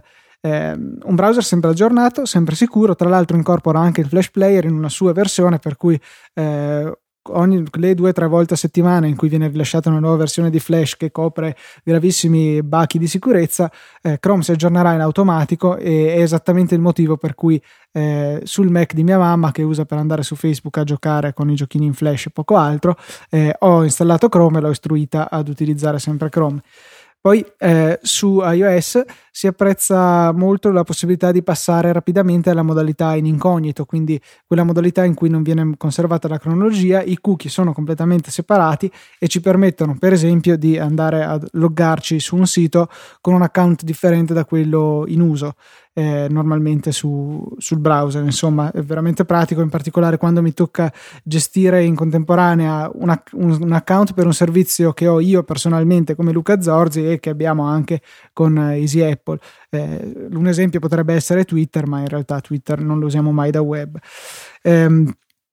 [SPEAKER 1] eh, un browser sempre aggiornato, sempre sicuro. Tra l'altro incorpora anche il Flash Player in una sua versione, per cui eh, ogni le due o tre volte a settimana in cui viene rilasciata una nuova versione di Flash che copre gravissimi bachi di sicurezza, eh, Chrome si aggiornerà in automatico, e è esattamente il motivo per cui eh, sul Mac di mia mamma, che usa per andare su Facebook a giocare con i giochini in Flash e poco altro, eh, ho installato Chrome e l'ho istruita ad utilizzare sempre Chrome. Poi eh, su iOS si apprezza molto la possibilità di passare rapidamente alla modalità in incognito, quindi quella modalità in cui non viene conservata la cronologia, i cookie sono completamente separati e ci permettono per esempio di andare a loggarci su un sito con un account differente da quello in uso. eh, normalmente su, sul browser. Insomma, è veramente pratico, in particolare quando mi tocca gestire in contemporanea un, un, un account per un servizio che ho io personalmente come Luca Zorzi e che abbiamo anche con Easy Apple. Eh, un esempio potrebbe essere Twitter, ma in realtà Twitter non lo usiamo mai da web. Ehm,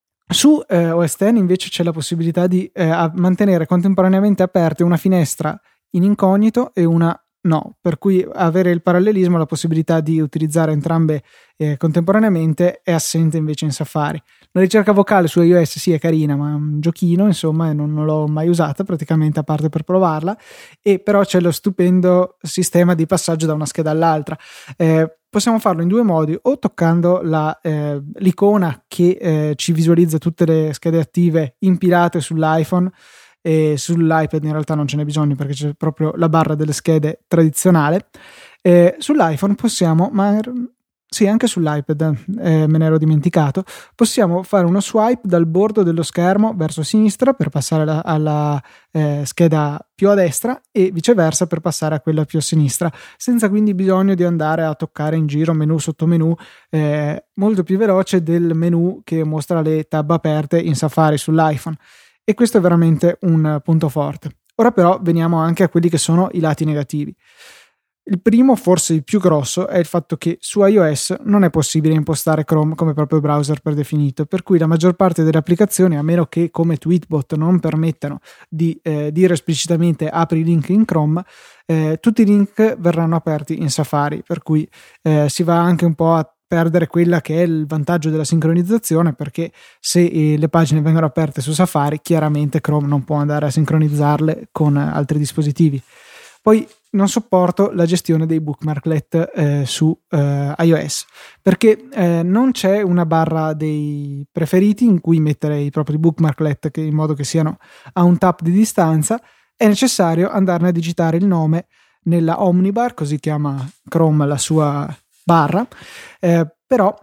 [SPEAKER 1] Su eh, O S X invece c'è la possibilità di eh, mantenere contemporaneamente aperte una finestra in incognito e una no, per cui avere il parallelismo, la possibilità di utilizzare entrambe eh, contemporaneamente, è assente invece in Safari. La ricerca vocale su iOS sì è carina, ma è un giochino, insomma, e non, non l'ho mai usata praticamente, a parte per provarla, e però c'è lo stupendo sistema di passaggio da una scheda all'altra. Eh, possiamo farlo in due modi: o toccando la, eh, l'icona che eh, ci visualizza tutte le schede attive impilate sull'iPhone, e sull'iPad in realtà non ce n'è bisogno perché c'è proprio la barra delle schede tradizionale. Eh, sull'iPhone possiamo, ma sì, anche sull'iPad, eh, me ne ero dimenticato, possiamo fare uno swipe dal bordo dello schermo verso sinistra per passare alla, alla eh, scheda più a destra e viceversa per passare a quella più a sinistra, senza quindi bisogno di andare a toccare in giro menu sotto menu, eh, molto più veloce del menu che mostra le tab aperte in Safari sull'iPhone. E questo è veramente un punto forte. Ora però veniamo anche a quelli che sono i lati negativi. Il primo, forse il più grosso, è il fatto che su iOS non è possibile impostare Chrome come proprio browser predefinito, per cui la maggior parte delle applicazioni, a meno che come Tweetbot non permettano di eh, dire esplicitamente apri i link in Chrome, eh, tutti i link verranno aperti in Safari, per cui eh, si va anche un po' a perdere quella che è il vantaggio della sincronizzazione, perché se eh, le pagine vengono aperte su Safari, chiaramente Chrome non può andare a sincronizzarle con eh, altri dispositivi. Poi non sopporto la gestione dei bookmarklet eh, su eh, iOS, perché eh, non c'è una barra dei preferiti in cui mettere i propri bookmarklet, che in modo che siano a un tap di distanza. È necessario andarne a digitare il nome nella Omnibar, così chiama Chrome la sua barra, eh, però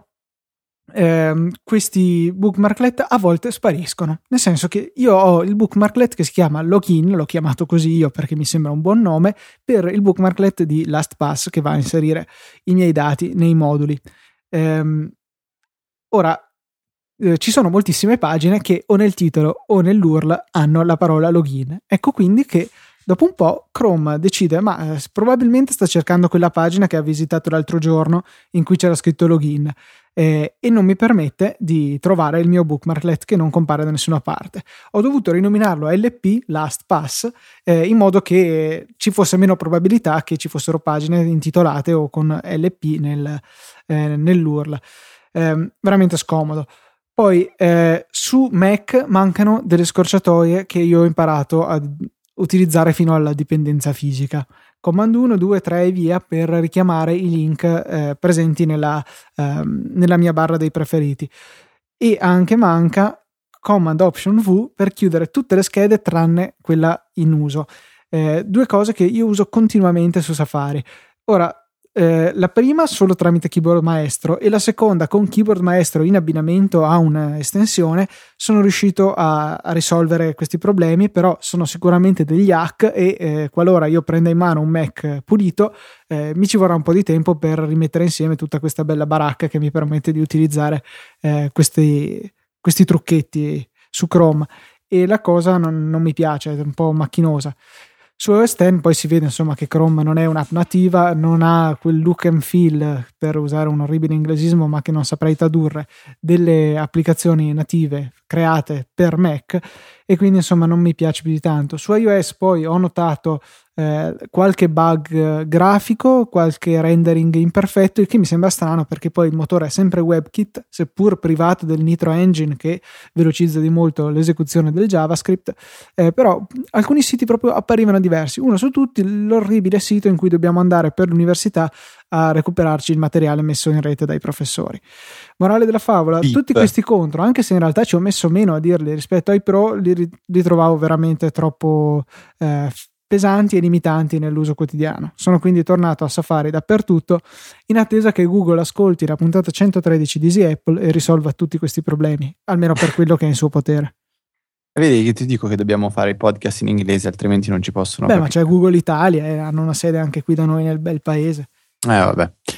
[SPEAKER 1] eh, questi bookmarklet a volte spariscono, nel senso che io ho il bookmarklet che si chiama Login, l'ho chiamato così io perché mi sembra un buon nome, per il bookmarklet di LastPass che va a inserire i miei dati nei moduli. Eh, ora eh, ci sono moltissime pagine che o nel titolo o nell'U R L hanno la parola login, ecco quindi che dopo un po' Chrome decide, ma eh, probabilmente sta cercando quella pagina che ha visitato l'altro giorno in cui c'era scritto login, eh, e non mi permette di trovare il mio bookmarklet, che non compare da nessuna parte. Ho dovuto rinominarlo a L P, LastPass, eh, in modo che ci fosse meno probabilità che ci fossero pagine intitolate o con L P nel, eh, nell'U R L. Eh, veramente scomodo. Poi eh, su Mac mancano delle scorciatoie che io ho imparato a utilizzare fino alla dipendenza fisica. Command uno, due, tre e via per richiamare i link eh, presenti nella, ehm, nella mia barra dei preferiti, e anche manca Command Option V per chiudere tutte le schede tranne quella in uso, eh, due cose che io uso continuamente su Safari. Ora, Eh, la prima solo tramite Keyboard Maestro e la seconda con Keyboard Maestro in abbinamento a un'estensione. Sono riuscito a, a risolvere questi problemi, però sono sicuramente degli hack e eh, qualora io prenda in mano un Mac pulito eh, mi ci vorrà un po' di tempo per rimettere insieme tutta questa bella baracca che mi permette di utilizzare eh, questi, questi trucchetti su Chrome, e la cosa non, non mi piace, è un po' macchinosa. Su O S X poi si vede insomma che Chrome non è un'app nativa, non ha quel look and feel, per usare un orribile inglesismo ma che non saprei tradurre, delle applicazioni native create per Mac, e quindi insomma non mi piace più di tanto. Su iOS poi ho notato eh, qualche bug grafico, qualche rendering imperfetto, il che mi sembra strano perché poi il motore è sempre WebKit, seppur privato del Nitro Engine che velocizza di molto l'esecuzione del JavaScript, eh, però alcuni siti proprio apparivano diversi. Uno su tutti, l'orribile sito in cui dobbiamo andare per l'università a recuperarci il materiale messo in rete dai professori. Morale della favola, Beep. Tutti questi contro, anche se in realtà ci ho messo meno a dirli rispetto ai pro, li, li trovavo veramente troppo eh, pesanti e limitanti nell'uso quotidiano. Sono quindi tornato a Safari dappertutto, in attesa che Google ascolti la puntata centotredici di Easy Apple e risolva tutti questi problemi, almeno per quello che è in suo potere.
[SPEAKER 2] Vedi che ti dico che dobbiamo fare i podcast in inglese, altrimenti non ci possono
[SPEAKER 1] Beh,
[SPEAKER 2] capire.
[SPEAKER 1] Ma c'è Google Italia e hanno una sede anche qui da noi nel bel paese.
[SPEAKER 2] Eh vabbè,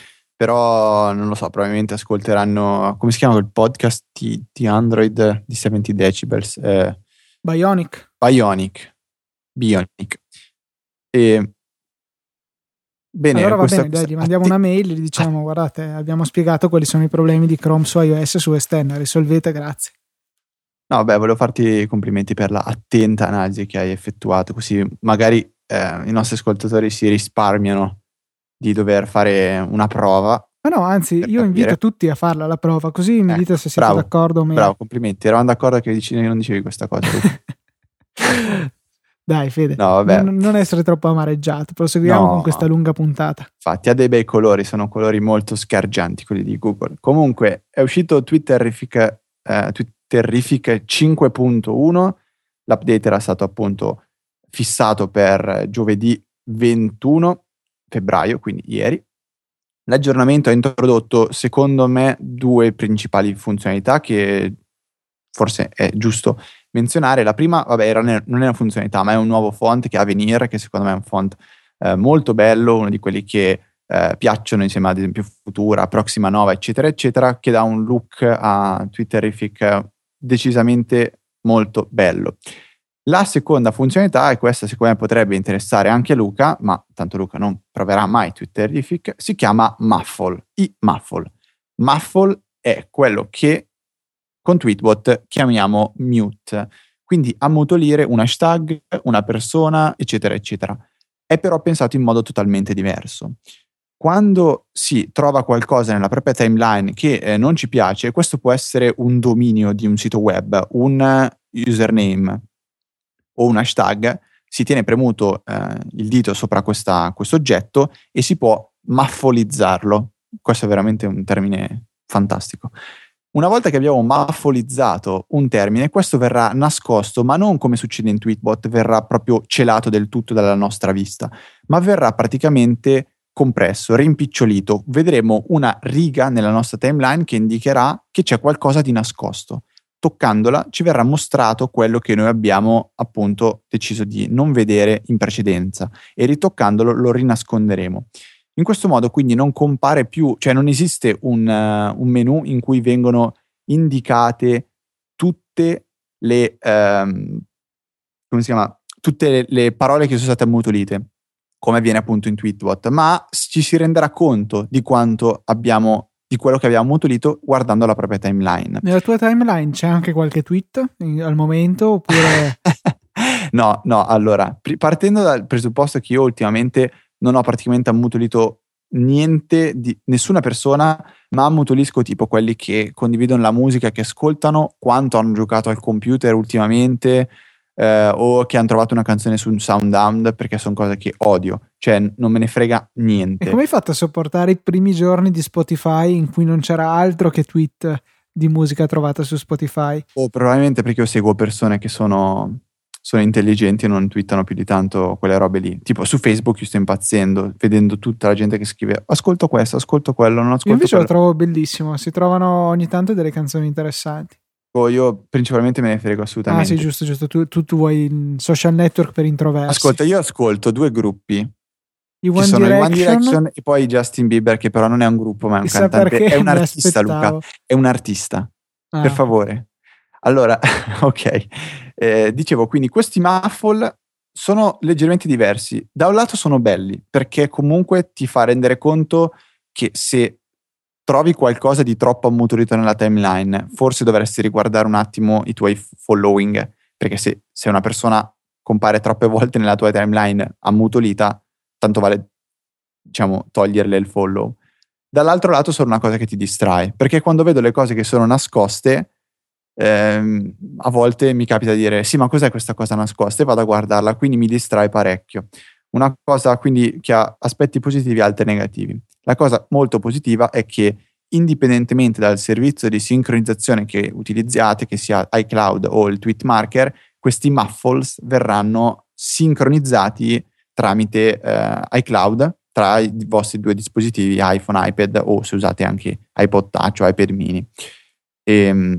[SPEAKER 2] però non lo so, probabilmente ascolteranno, come si chiama quel podcast di, di Android di settanta decibels? Eh,
[SPEAKER 1] Bionic.
[SPEAKER 2] Bionic. Bionic. E, bene,
[SPEAKER 1] allora va
[SPEAKER 2] questa,
[SPEAKER 1] bene, dai,
[SPEAKER 2] questa
[SPEAKER 1] gli mandiamo
[SPEAKER 2] atti-
[SPEAKER 1] una mail e gli diciamo: guardate, abbiamo spiegato quali sono i problemi di Chrome su iOS e su Extend, risolvete, grazie.
[SPEAKER 2] No, beh, volevo farti i complimenti per la attenta analisi che hai effettuato, così magari eh, i nostri ascoltatori si risparmiano di dover fare una prova
[SPEAKER 1] Ma no, anzi,
[SPEAKER 2] per
[SPEAKER 1] io invito
[SPEAKER 2] capire.
[SPEAKER 1] tutti a farla la prova, così mi
[SPEAKER 2] Ecco,
[SPEAKER 1] dite se siete
[SPEAKER 2] bravo,
[SPEAKER 1] d'accordo o meno.
[SPEAKER 2] bravo, complimenti. Eravamo d'accordo che dici- non dicevi questa cosa, Luca.
[SPEAKER 1] Dai, Fede,
[SPEAKER 2] No, vabbè.
[SPEAKER 1] non, non essere troppo amareggiato. Proseguiamo
[SPEAKER 2] No,
[SPEAKER 1] con questa lunga puntata.
[SPEAKER 2] infatti ha dei bei colori, sono colori molto sgargianti quelli di Google. Comunque è uscito Twitterific, eh, Twitterific cinque punto uno, l'update era stato appunto fissato per giovedì ventuno febbraio, quindi ieri. L'aggiornamento ha introdotto, secondo me, due principali funzionalità che forse è giusto menzionare. La prima, vabbè, era, non è una funzionalità, ma è un nuovo font che ha Veneer, che secondo me è un font eh, molto bello, uno di quelli che eh, piacciono insieme ad esempio Futura, Proxima Nova, eccetera, eccetera, che dà un look a Twitterific decisamente molto bello. La seconda funzionalità, e questa secondo me potrebbe interessare anche Luca, ma tanto Luca non proverà mai Twitterific, si chiama Muffle, i Muffle. Muffle è quello che con Tweetbot chiamiamo mute, quindi ammutolire un hashtag, una persona, eccetera, eccetera. È però pensato in modo totalmente diverso. Quando si trova qualcosa nella propria timeline che eh, non ci piace, questo può essere un dominio di un sito web, un username o un hashtag, si tiene premuto eh, il dito sopra questa, questo oggetto e si può muffolizzarlo. Questo è veramente un termine fantastico. Una volta che abbiamo muffolizzato un termine, questo verrà nascosto, ma non come succede in Tweetbot, verrà proprio celato del tutto dalla nostra vista, ma verrà praticamente compresso, rimpicciolito. Vedremo una riga nella nostra timeline che indicherà che c'è qualcosa di nascosto. Toccandola ci verrà mostrato quello che noi abbiamo appunto deciso di non vedere in precedenza e ritoccandolo lo rinasconderemo. In questo modo quindi non compare più, cioè non esiste un, uh, un menu in cui vengono indicate tutte le, um, come si chiama? Tutte le, le parole che sono state ammutolite, come avviene appunto in Tweetbot, ma ci si renderà conto di quanto abbiamo, di quello che abbiamo ammutolito guardando la propria timeline.
[SPEAKER 1] Nella tua timeline c'è anche qualche tweet in, al momento oppure...
[SPEAKER 2] no, no, allora, partendo dal presupposto che io ultimamente non ho praticamente ammutolito niente di nessuna persona, ma ammutolisco tipo quelli che condividono la musica che ascoltano, quanto hanno giocato al computer ultimamente, eh, o che hanno trovato una canzone su un SoundHound, perché sono cose che odio, cioè non me ne frega niente.
[SPEAKER 1] E come hai fatto a sopportare i primi giorni di Spotify in cui non c'era altro che tweet di musica trovata su Spotify?
[SPEAKER 2] O probabilmente perché io seguo persone che sono sono intelligenti e non twittano più di tanto quelle robe lì. Tipo su Facebook io sto impazzendo vedendo tutta la gente che scrive ascolto questo, ascolto quello, non ascolto
[SPEAKER 1] io invece
[SPEAKER 2] quello.
[SPEAKER 1] lo trovo bellissimo, si trovano ogni tanto delle canzoni interessanti.
[SPEAKER 2] Oh, io principalmente me ne frego assolutamente.
[SPEAKER 1] Ah sì, giusto, giusto, tu, tu, tu vuoi social network per introversi.
[SPEAKER 2] Ascolta, io ascolto due gruppi.
[SPEAKER 1] I One
[SPEAKER 2] Ci sono
[SPEAKER 1] Direction,
[SPEAKER 2] i One Direction e poi Justin Bieber, che però non è un gruppo ma è un
[SPEAKER 1] chissà
[SPEAKER 2] cantante,
[SPEAKER 1] perché
[SPEAKER 2] è un
[SPEAKER 1] mi
[SPEAKER 2] artista
[SPEAKER 1] aspettavo.
[SPEAKER 2] Luca, è un artista,
[SPEAKER 1] Ah.
[SPEAKER 2] per favore. Allora, ok, eh, dicevo, quindi questi muffle sono leggermente diversi. Da un lato sono belli, perché comunque ti fa rendere conto che se trovi qualcosa di troppo ammutolito nella timeline, forse dovresti riguardare un attimo i tuoi following, perché se, se una persona compare troppe volte nella tua timeline ammutolita, tanto vale, diciamo, toglierle il follow. Dall'altro lato sono una cosa che ti distrae, perché quando vedo le cose che sono nascoste, ehm, a volte mi capita di dire sì, ma cos'è questa cosa nascosta? E vado a guardarla, quindi mi distrae parecchio. Una cosa quindi che ha aspetti positivi e altri negativi. La cosa molto positiva è che indipendentemente dal servizio di sincronizzazione che utilizziate, che sia iCloud o il Tweet Marker, questi muffles verranno sincronizzati tramite eh, iCloud tra i vostri due dispositivi iPhone, iPad o se usate anche iPod Touch o iPad mini. E,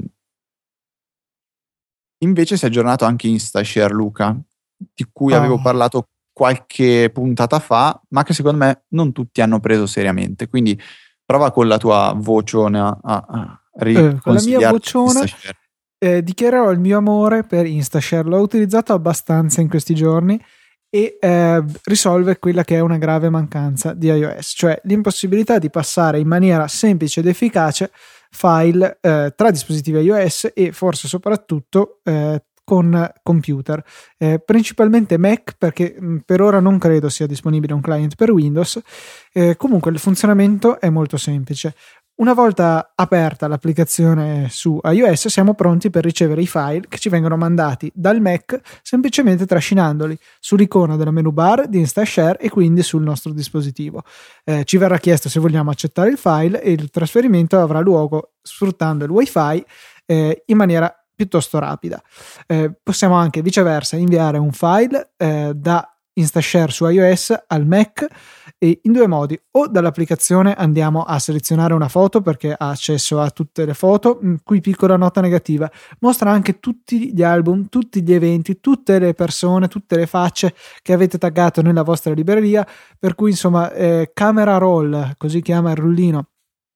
[SPEAKER 2] invece si è aggiornato anche InstaShare, Luca, di cui
[SPEAKER 1] Oh.
[SPEAKER 2] avevo parlato qualche puntata fa, ma che secondo me non tutti hanno preso seriamente. Quindi Prova con la tua vociona a, a
[SPEAKER 1] eh, con la mia vociona eh, dichiarerò il mio amore per InstaShare. L'ho utilizzato abbastanza in questi giorni e eh, risolve quella che è una grave mancanza di iOS, cioè l'impossibilità di passare in maniera semplice ed efficace file eh, tra dispositivi iOS e forse soprattutto eh, con computer, eh, principalmente Mac, perché mh, per ora non credo sia disponibile un client per Windows. Eh, comunque il funzionamento è molto semplice. Una volta aperta l'applicazione su iOS siamo pronti per ricevere i file che ci vengono mandati dal Mac, semplicemente trascinandoli sull'icona della menu bar di InstaShare e quindi sul nostro dispositivo. Eh, ci verrà chiesto se vogliamo accettare il file e il trasferimento avrà luogo sfruttando il Wi-Fi eh, in maniera piuttosto rapida. Eh, possiamo anche viceversa inviare un file eh, da InstaShare su iOS al Mac e in due modi: o dall'applicazione andiamo a selezionare una foto perché ha accesso a tutte le foto, qui piccola nota negativa, mostra anche tutti gli album, tutti gli eventi, tutte le persone, tutte le facce che avete taggato nella vostra libreria, per cui insomma eh, camera roll, così chiama il rullino,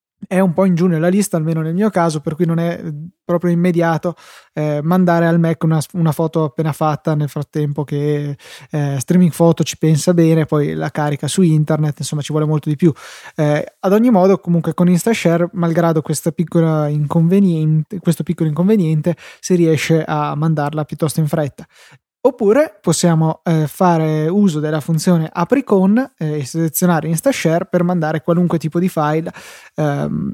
[SPEAKER 1] è un po' in giù nella lista, almeno nel mio caso, per cui non è proprio immediato eh, mandare al Mac una, una foto appena fatta nel frattempo che eh, Streaming Photo ci pensa bene, poi la carica su internet, insomma ci vuole molto di più. Eh, ad ogni modo, comunque con InstaShare, malgrado questa piccola inconveniente, questo piccolo inconveniente, si riesce a mandarla piuttosto in fretta. Oppure possiamo eh, fare uso della funzione apri con eh, e selezionare InstaShare per mandare qualunque tipo di file ehm,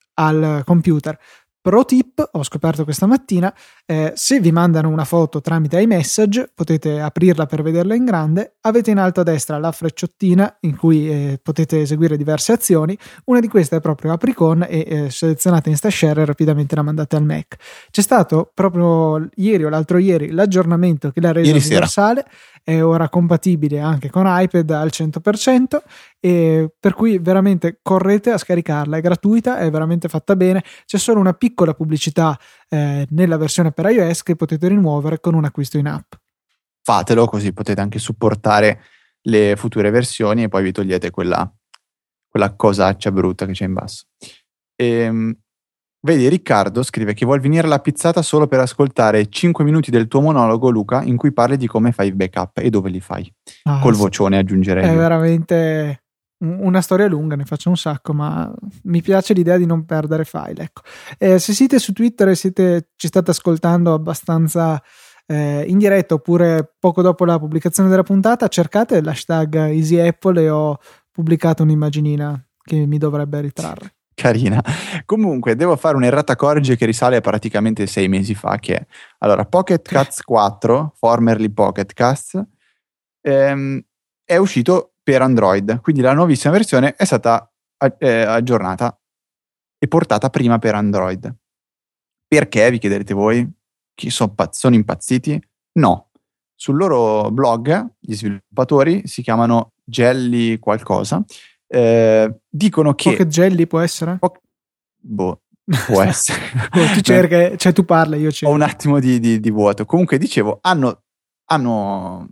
[SPEAKER 1] al computer. Pro tip, ho scoperto questa mattina, eh, se vi mandano una foto tramite iMessage potete aprirla per vederla in grande, avete in alto a destra la frecciottina in cui eh, potete eseguire diverse azioni, una di queste è proprio apri con e eh, selezionate InstaShare e rapidamente la mandate al Mac. C'è stato proprio ieri o l'altro ieri l'aggiornamento che l'ha reso
[SPEAKER 2] Ieri
[SPEAKER 1] universale, sera. È ora compatibile anche con iPad al cento per cento e per cui veramente correte a scaricarla, è gratuita, è veramente fatta bene, c'è solo una piccola pubblicità eh, nella versione per iOS che potete rimuovere con un acquisto in app.
[SPEAKER 2] Fatelo, così potete anche supportare le future versioni e poi vi togliete quella, quella cosaccia brutta che c'è in basso. E, vedi, Riccardo scrive che vuol venire alla pizzata solo per ascoltare cinque minuti del tuo monologo, Luca, in cui parli di come fai il backup e dove li fai. Ah, col sì. Vocione aggiungerei.
[SPEAKER 1] È
[SPEAKER 2] io.
[SPEAKER 1] veramente una storia lunga, ne faccio un sacco, ma mi piace l'idea di non perdere file, ecco. Eh, se siete su Twitter e siete, ci state ascoltando abbastanza eh, in diretta oppure poco dopo la pubblicazione della puntata, cercate l'hashtag EasyApple e ho pubblicato un'immaginina che mi dovrebbe ritrarre.
[SPEAKER 2] Carina. Comunque devo fare un'errata corrige che risale a praticamente sei mesi fa, che è allora Pocket Casts quattro, formerly Pocket Casts, ehm, è uscito per Android, quindi la nuovissima versione è stata eh, aggiornata e portata prima per Android. Perché, vi chiederete voi? Chi so, sono impazziti? No. Sul loro blog gli sviluppatori, si chiamano Jelly qualcosa, eh, dicono che
[SPEAKER 1] Pocket Jelly può essere?
[SPEAKER 2] Po- boh, può essere.
[SPEAKER 1] Oh, tu cerchi, cioè tu parli, io cerco.
[SPEAKER 2] Ho un attimo di, di, di vuoto. Comunque dicevo, hanno, hanno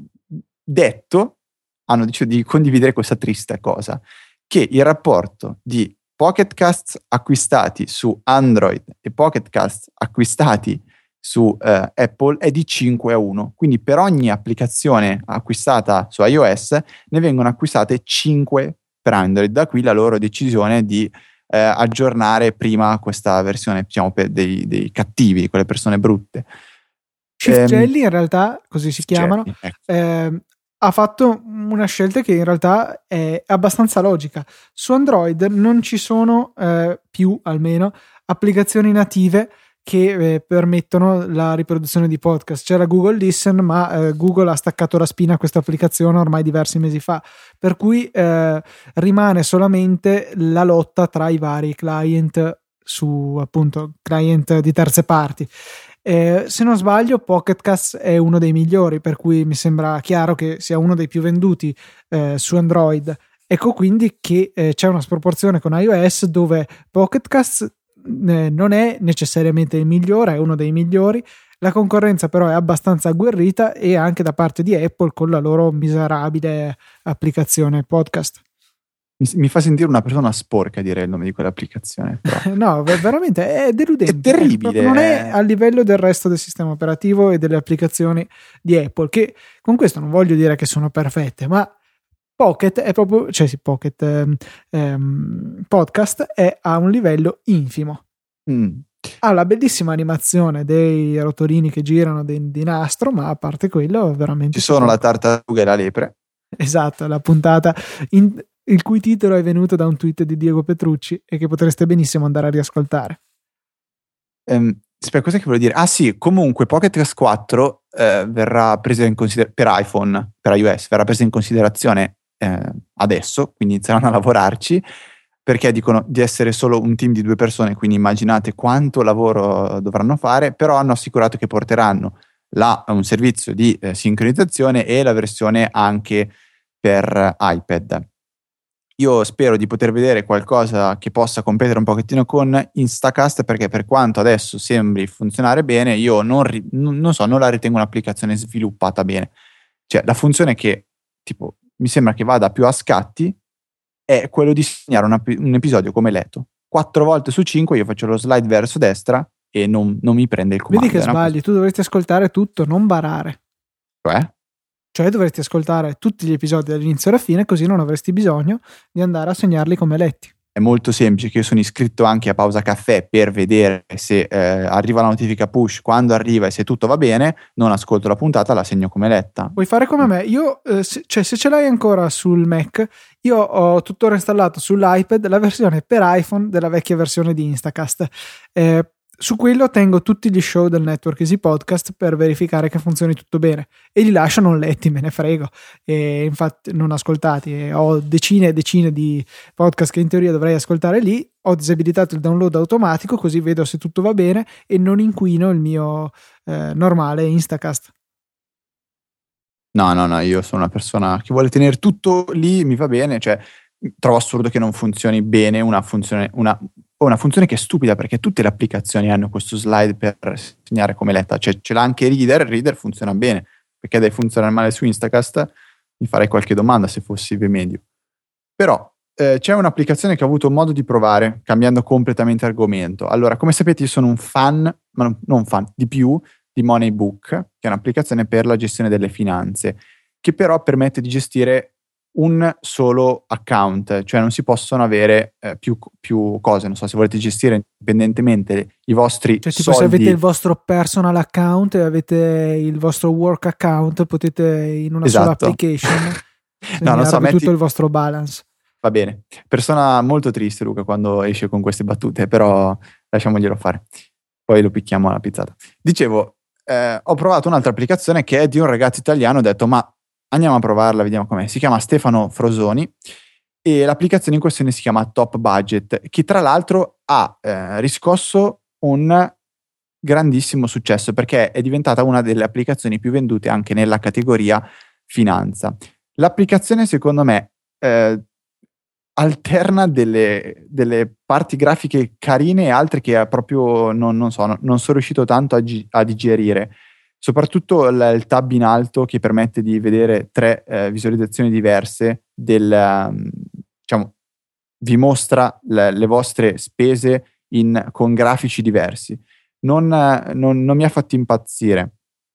[SPEAKER 2] detto hanno deciso di condividere questa triste cosa, che il rapporto di Pocket Casts acquistati su Android e Pocket Casts acquistati su eh, Apple è di cinque a uno, quindi per ogni applicazione acquistata su iOS ne vengono acquistate cinque per Android, da qui la loro decisione di eh, aggiornare prima questa versione, diciamo, per dei, dei cattivi, quelle persone brutte.
[SPEAKER 1] Shift ehm, Jelly in realtà, così si chiamano, Jelly, ecco. eh, ha fatto una scelta che in realtà è abbastanza logica. Su Android non ci sono eh, più, almeno, applicazioni native che eh, permettono la riproduzione di podcast. C'era Google Listen, ma eh, Google ha staccato la spina a questa applicazione ormai diversi mesi fa, per cui eh, rimane solamente la lotta tra i vari client su, appunto, client di terze parti. Eh, se non sbaglio Pocket Casts è uno dei migliori, per cui mi sembra chiaro che sia uno dei più venduti eh, su Android. Ecco quindi che eh, c'è una sproporzione con iOS dove Pocket Casts eh, non è necessariamente il migliore, è uno dei migliori. La concorrenza però è abbastanza agguerrita, e anche da parte di Apple con la loro miserabile applicazione podcast.
[SPEAKER 2] mi, mi fa sentire una persona sporca dire il nome di quell'applicazione. Però.
[SPEAKER 1] No, veramente è deludente.
[SPEAKER 2] È terribile.
[SPEAKER 1] Non è a livello del resto del sistema operativo e delle applicazioni di Apple, che con questo non voglio dire che sono perfette, ma Pocket è proprio, cioè sì, Pocket ehm, ehm, Podcast è a un livello infimo.
[SPEAKER 2] Mm.
[SPEAKER 1] Ha la bellissima animazione dei rotorini che girano di, di nastro, ma a parte quello veramente
[SPEAKER 2] ci sono
[SPEAKER 1] poco.
[SPEAKER 2] la tartaruga e la lepre.
[SPEAKER 1] Esatto, la puntata in, il cui titolo è venuto da un tweet di Diego Petrucci e che potreste benissimo andare a riascoltare.
[SPEAKER 2] Um, aspetta, cos'è che volevo dire? Ah sì, comunque Pocket Cast quattro eh, verrà presa in considerazione per iPhone, per iOS, verrà presa in considerazione eh, adesso, quindi inizieranno a lavorarci, perché dicono di essere solo un team di due persone, quindi immaginate quanto lavoro dovranno fare, però hanno assicurato che porteranno là un servizio di eh, sincronizzazione e la versione anche per iPad. Io spero di poter vedere qualcosa che possa competere un pochettino con Instacast, perché per quanto adesso sembri funzionare bene, io non, ri- non, non so, non la ritengo un'applicazione sviluppata bene. Cioè, la funzione che, tipo, mi sembra che vada più a scatti è quello di segnare una, un episodio come letto. Quattro volte su cinque io faccio lo slide verso destra e non, non mi prende il comando.
[SPEAKER 1] Vedi che sbagli, cosa... tu dovresti ascoltare tutto, non barare.
[SPEAKER 2] Cioè?
[SPEAKER 1] Cioè dovresti ascoltare tutti gli episodi dall'inizio alla fine, così non avresti bisogno di andare a segnarli come letti.
[SPEAKER 2] È molto semplice, che io sono iscritto anche a Pausa Caffè per vedere se eh, arriva la notifica push, quando arriva e se tutto va bene, non ascolto la puntata, la segno come letta.
[SPEAKER 1] Puoi fare come me, io, eh, se, cioè se ce l'hai ancora sul Mac, io ho tuttora installato sull'iPad la versione per iPhone della vecchia versione di Instacast. Eh, su quello tengo tutti gli show del network Easy Podcast per verificare che funzioni tutto bene e li lascio non letti, me ne frego, e infatti non ascoltati, e ho decine e decine di podcast che in teoria dovrei ascoltare lì. Ho disabilitato il download automatico, così vedo se tutto va bene e non inquino il mio eh, normale Instacast.
[SPEAKER 2] No, no, no, io sono una persona che vuole tenere tutto lì, mi va bene, cioè trovo assurdo che non funzioni bene una funzione, una, una funzione che è stupida, perché tutte le applicazioni hanno questo slide per segnare come letta, cioè ce l'ha anche Reader, Reader funziona bene, perché deve funzionare male su Instacast, mi farei qualche domanda se fossi medio. Però eh, c'è un'applicazione che ho avuto modo di provare, cambiando completamente argomento. Allora, come sapete io sono un fan, ma non, non fan, di più, di Moneybook, che è un'applicazione per la gestione delle finanze, che però permette di gestire un solo account, cioè non si possono avere eh, più, più cose. Non so, se volete gestire indipendentemente i vostri
[SPEAKER 1] cioè, tipo
[SPEAKER 2] soldi,
[SPEAKER 1] se avete il vostro personal account e avete il vostro work account, potete in una
[SPEAKER 2] esatto.
[SPEAKER 1] sola application
[SPEAKER 2] no, non so, metti...
[SPEAKER 1] tutto il vostro balance.
[SPEAKER 2] Va bene, persona molto triste Luca quando esce con queste battute, però lasciamoglielo fare, poi lo picchiamo alla pizzata. Dicevo, eh, ho provato un'altra applicazione che è di un ragazzo italiano, ho detto ma andiamo a provarla, vediamo com'è. Si chiama Stefano Frosoni e l'applicazione in questione si chiama Top Budget, che tra l'altro ha eh, riscosso un grandissimo successo, perché è diventata una delle applicazioni più vendute anche nella categoria finanza. L'applicazione secondo me eh, alterna delle, delle parti grafiche carine e altre che proprio non, non so, non, non sono riuscito tanto a, gi- a digerire. Soprattutto il, il tab in alto che permette di vedere tre eh, visualizzazioni diverse del, um, diciamo, vi mostra le, le vostre spese in, con grafici diversi. Non, non, non mi ha fatto impazzire.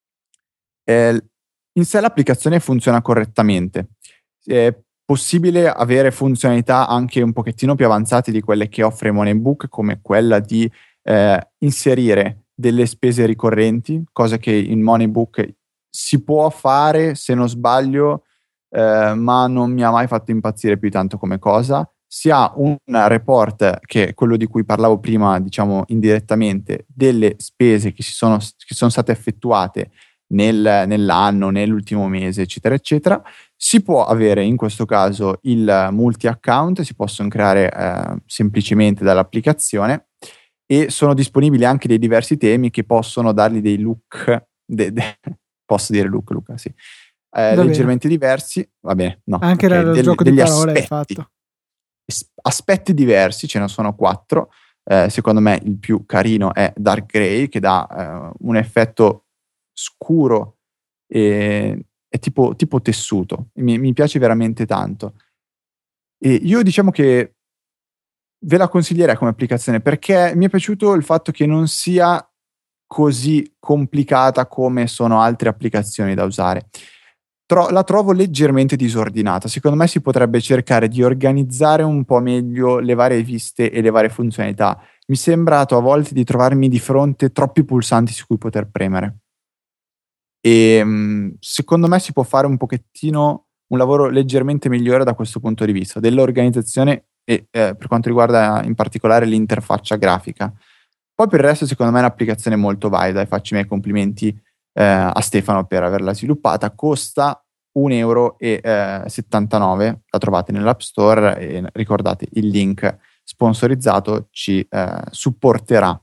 [SPEAKER 2] Eh, in sé l'applicazione funziona correttamente. È possibile avere funzionalità anche un pochettino più avanzate di quelle che offre Moneybook, come quella di eh, inserire delle spese ricorrenti, cosa che in Moneybook si può fare se non sbaglio, eh, ma non mi ha mai fatto impazzire più tanto come cosa. Si ha un report, che è quello di cui parlavo prima, diciamo indirettamente, delle spese che, si sono, che sono state effettuate nel, nell'anno, nell'ultimo mese, eccetera, eccetera. Si può avere in questo caso il multi-account, si possono creare eh, semplicemente dall'applicazione, e sono disponibili anche dei diversi temi che possono dargli dei look, de, de, posso dire look Luca, sì, eh, leggermente diversi, va bene, no,
[SPEAKER 1] anche
[SPEAKER 2] okay,
[SPEAKER 1] il
[SPEAKER 2] del,
[SPEAKER 1] gioco
[SPEAKER 2] degli
[SPEAKER 1] di parole
[SPEAKER 2] aspetti,
[SPEAKER 1] è fatto.
[SPEAKER 2] aspetti diversi, ce ne sono quattro, eh, secondo me il più carino è Dark Grey, che dà eh, un effetto scuro e è tipo, tipo tessuto, mi, mi piace veramente tanto. E io diciamo che ve la consiglierei come applicazione, perché mi è piaciuto il fatto che non sia così complicata come sono altre applicazioni da usare. Tro- la trovo leggermente disordinata. Secondo me si potrebbe cercare di organizzare un po' meglio le varie viste e le varie funzionalità. Mi è sembrato a volte di trovarmi di fronte troppi pulsanti su cui poter premere. E mh, secondo me si può fare un pochettino un lavoro leggermente migliore da questo punto di vista, dell'organizzazione e eh, per quanto riguarda in particolare l'interfaccia grafica. Poi per il resto secondo me è un'applicazione molto valida e faccio i miei complimenti eh, a Stefano per averla sviluppata. Costa un euro e settantanove, la trovate nell'App Store e ricordate il link sponsorizzato ci eh, supporterà.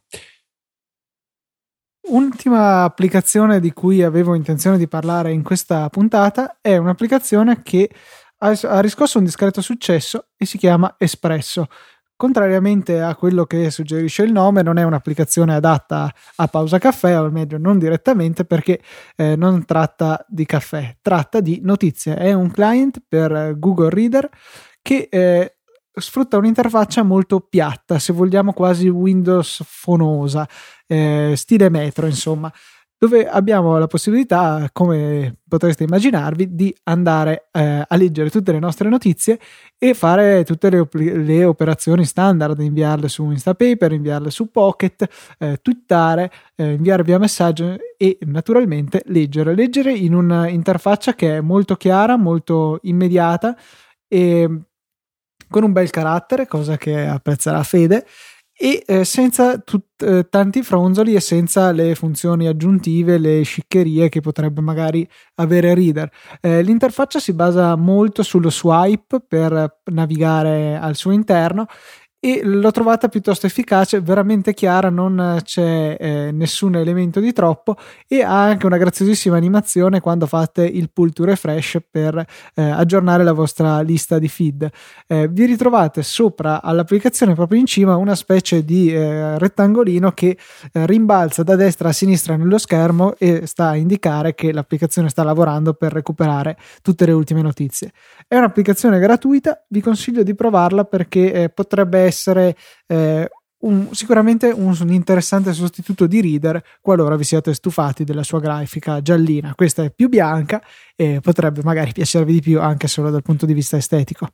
[SPEAKER 1] Ultima applicazione di cui avevo intenzione di parlare in questa puntata è un'applicazione che ha, ha riscosso un discreto successo e si chiama Espresso. Contrariamente a quello che suggerisce il nome, non è un'applicazione adatta a pausa caffè, o meglio non direttamente, perché eh, non tratta di caffè, tratta di notizie. È un client per Google Reader che eh, sfrutta un'interfaccia molto piatta, se vogliamo quasi Windows fonosa, eh, stile Metro insomma, dove abbiamo la possibilità, come potreste immaginarvi, di andare eh, a leggere tutte le nostre notizie e fare tutte le, op- le operazioni standard, inviarle su Instapaper, inviarle su Pocket, eh, twittare, eh, inviare via messaggio e naturalmente leggere. Leggere in un'interfaccia che è molto chiara, molto immediata e con un bel carattere, cosa che apprezzerà Fede, e eh, senza tut- eh, tanti fronzoli e senza le funzioni aggiuntive, le sciccherie che potrebbe magari avere Reader. Eh, l'interfaccia si basa molto sullo swipe per navigare al suo interno e l'ho trovata piuttosto efficace, veramente chiara, non c'è eh, nessun elemento di troppo e ha anche una graziosissima animazione quando fate il pull to refresh per eh, aggiornare la vostra lista di feed. Eh, vi ritrovate sopra all'applicazione, proprio in cima, una specie di eh, rettangolino che eh, rimbalza da destra a sinistra nello schermo e sta a indicare che l'applicazione sta lavorando per recuperare tutte le ultime notizie. È un'applicazione gratuita, vi consiglio di provarla perché eh, potrebbe essere essere eh, un, sicuramente un, un interessante sostituto di Reader qualora vi siate stufati della sua grafica giallina. Questa è più bianca e potrebbe magari piacervi di più anche solo dal punto di vista estetico.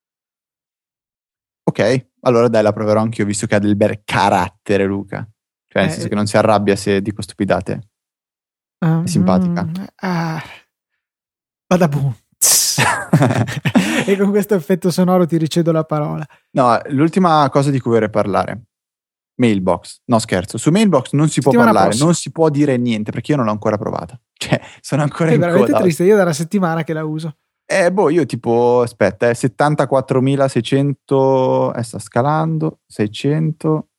[SPEAKER 2] Ok, allora dai, la proverò anch'io, visto che ha del bel carattere, Luca. Cioè nel
[SPEAKER 1] eh,
[SPEAKER 2] senso che non si arrabbia se dico stupidate.
[SPEAKER 1] uh,
[SPEAKER 2] È simpatica.
[SPEAKER 1] Mm, ah, badabum. E con questo effetto sonoro ti ricedo la parola.
[SPEAKER 2] No, l'ultima cosa di cui vorrei parlare. Mailbox. No, scherzo. Su Mailbox non si
[SPEAKER 1] Settimana
[SPEAKER 2] può parlare,
[SPEAKER 1] prossima.
[SPEAKER 2] non si può dire niente perché io non l'ho ancora provata. Cioè, sono ancora
[SPEAKER 1] È
[SPEAKER 2] in
[SPEAKER 1] veramente
[SPEAKER 2] coda.
[SPEAKER 1] triste, io da una settimana che la uso.
[SPEAKER 2] Eh, boh, io tipo, aspetta, eh, settantaquattromilaseicento, eh, sta scalando, seicento,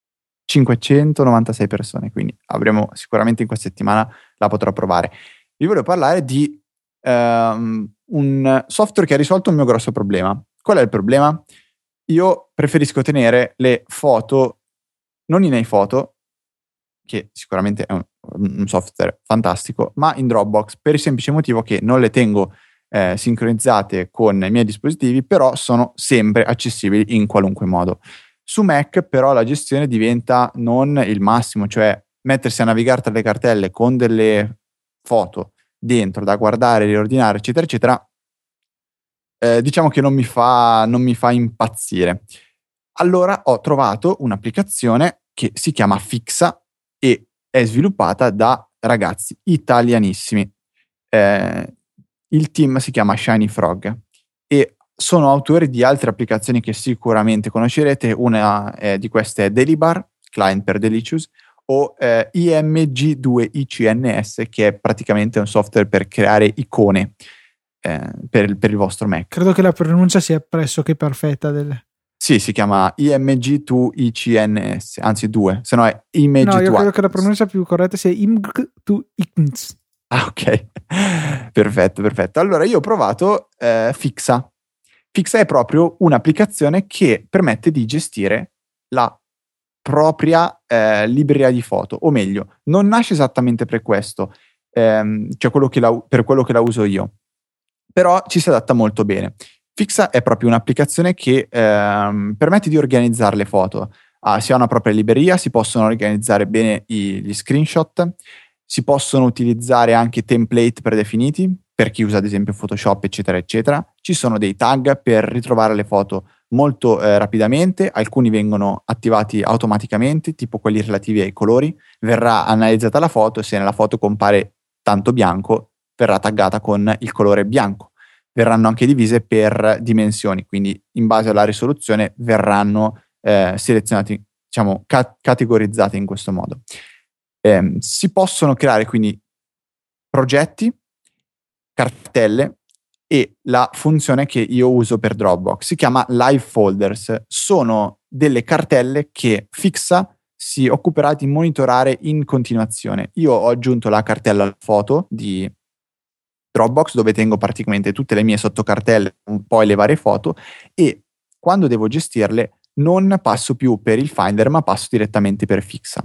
[SPEAKER 2] cinquecentonovantasei persone, quindi avremo sicuramente in questa settimana la potrò provare. Vi volevo parlare di um, un software che ha risolto il mio grosso problema. Qual è il problema? Io preferisco tenere le foto non in iPhoto, che sicuramente è un, un software fantastico, ma in Dropbox per il semplice motivo che non le tengo eh, sincronizzate con i miei dispositivi, però sono sempre accessibili in qualunque modo. Su Mac però la gestione diventa non il massimo, cioè mettersi a navigare tra le cartelle con delle foto dentro da guardare, riordinare, eccetera, eccetera, eh, diciamo che non mi fa, non mi fa impazzire. Allora ho trovato un'applicazione che si chiama Fixa e è sviluppata da ragazzi italianissimi. Eh, il team si chiama Shiny Frog e sono autori di altre applicazioni che sicuramente conoscerete. Una eh, di queste è Delibar, client per Delicious, o eh, I M G due I C N S, che è praticamente un software per creare icone eh, per, per il vostro Mac.
[SPEAKER 1] Credo che la pronuncia sia pressoché perfetta del...
[SPEAKER 2] Sì, si chiama I M G due I C N S, anzi due, se no è Image
[SPEAKER 1] No, io
[SPEAKER 2] due.
[SPEAKER 1] credo che la pronuncia più corretta sia I M G due I C N S.
[SPEAKER 2] Ah, ok. Perfetto, perfetto. Allora io ho provato eh, Fixa. Fixa è proprio un'applicazione che permette di gestire la propria eh, libreria di foto, o meglio, non nasce esattamente per questo, ehm, cioè quello che la, per quello che la uso io, però ci si adatta molto bene. Fixa è proprio un'applicazione che ehm, permette di organizzare le foto. Ah, si ha una propria libreria, si possono organizzare bene i, gli screenshot, si possono utilizzare anche template predefiniti per chi usa ad esempio Photoshop eccetera eccetera. Ci sono dei tag per ritrovare le foto molto eh, rapidamente, alcuni vengono attivati automaticamente, tipo quelli relativi ai colori. Verrà analizzata la foto, se nella foto compare tanto bianco verrà taggata con il colore bianco. Verranno anche divise per dimensioni, quindi in base alla risoluzione verranno eh, selezionati, diciamo, ca- categorizzate in questo modo. Eh, si possono creare quindi progetti, cartelle, e la funzione che io uso per Dropbox si chiama Live Folders. Sono delle cartelle che Fixa si occuperà di monitorare in continuazione. Io ho aggiunto la cartella foto di Dropbox dove tengo praticamente tutte le mie sottocartelle, un po' le varie foto, e quando devo gestirle non passo più per il Finder ma passo direttamente per Fixa.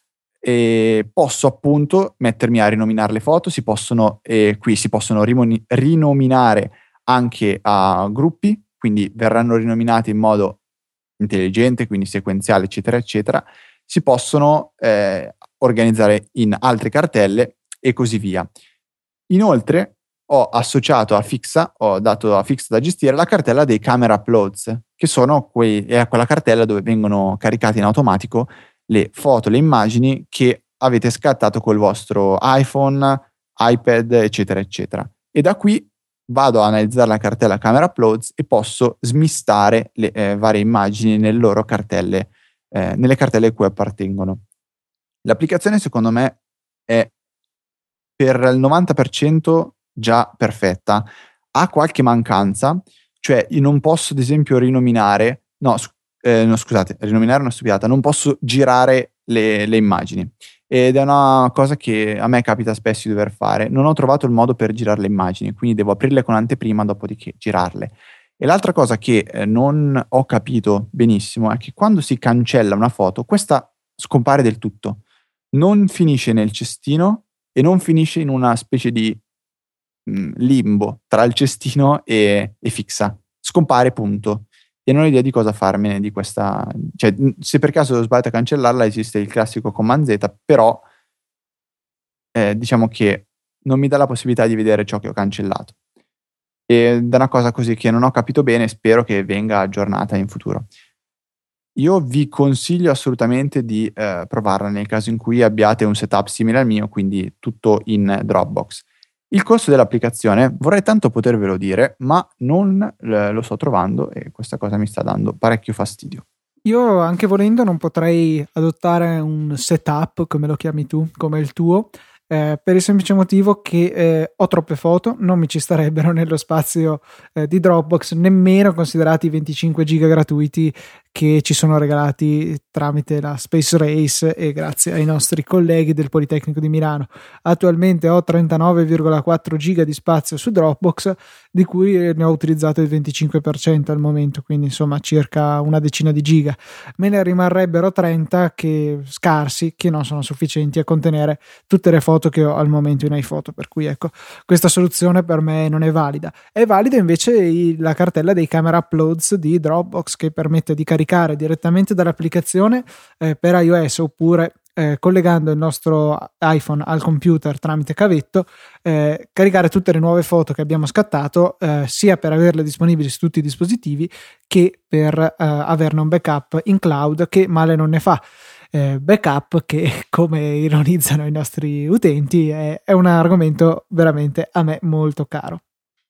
[SPEAKER 2] E posso appunto mettermi a rinominare le foto, si possono, eh, qui si possono rimoni- rinominare anche a gruppi, quindi verranno rinominati in modo intelligente, quindi sequenziale eccetera eccetera, si possono eh, organizzare in altre cartelle e così via. Inoltre ho associato a Fixa, ho dato a Fixa da gestire la cartella dei camera uploads, che sono quei, è quella cartella dove vengono caricate in automatico le foto, le immagini che avete scattato col vostro iPhone, iPad, eccetera, eccetera. E da qui vado a analizzare la cartella camera uploads e posso smistare le eh, varie immagini nelle loro cartelle, eh, nelle cartelle a cui appartengono. L'applicazione secondo me è per il novanta per cento già perfetta. Ha qualche mancanza, cioè io non posso ad esempio rinominare, no, sc- eh, no scusate, rinominare è una stupidata, non posso girare le, le immagini, ed è una cosa che a me capita spesso di dover fare. Non ho trovato il modo per girare le immagini, quindi devo aprirle con anteprima, dopodiché girarle. E l'altra cosa che eh, non ho capito benissimo è che quando si cancella una foto, questa scompare del tutto, non finisce nel cestino e non finisce in una specie di mh, limbo tra il cestino e, e Fixa. Scompare, punto. E non ho idea di cosa farmene di questa. Cioè, se per caso ho sbagliato a cancellarla, esiste il classico Command Z, però eh, diciamo che non mi dà la possibilità di vedere ciò che ho cancellato. Ed è una cosa così che non ho capito bene, spero che venga aggiornata in futuro. Io vi consiglio assolutamente di eh, provarla nel caso in cui abbiate un setup simile al mio, quindi tutto in Dropbox. Il costo dell'applicazione vorrei tanto potervelo dire, ma non eh, lo sto trovando e questa cosa mi sta dando parecchio fastidio.
[SPEAKER 1] Io anche volendo non potrei adottare un setup, come lo chiami tu, come il tuo, eh, per il semplice motivo che eh, ho troppe foto, non mi ci starebbero nello spazio eh, di Dropbox, nemmeno considerati i venticinque giga gratuiti che ci sono regalati tramite la Space Race e grazie ai nostri colleghi del Politecnico di Milano. Attualmente ho trentanove virgola quattro giga di spazio su Dropbox, di cui ne ho utilizzato il venticinque per cento al momento, quindi insomma circa una decina di giga. Me ne rimarrebbero trenta che, scarsi, che non sono sufficienti a contenere tutte le foto che ho al momento in iPhoto, per cui ecco, questa soluzione per me non è valida. È valida invece il, la cartella dei camera uploads di Dropbox, che permette di caricare direttamente dall'applicazione eh, per iOS oppure eh, collegando il nostro iPhone al computer tramite cavetto, eh, caricare tutte le nuove foto che abbiamo scattato, eh, sia per averle disponibili su tutti i dispositivi che per eh, averne un backup in cloud, che male non ne fa. Eh, backup che, come ironizzano i nostri utenti, è, è un argomento veramente a me molto caro.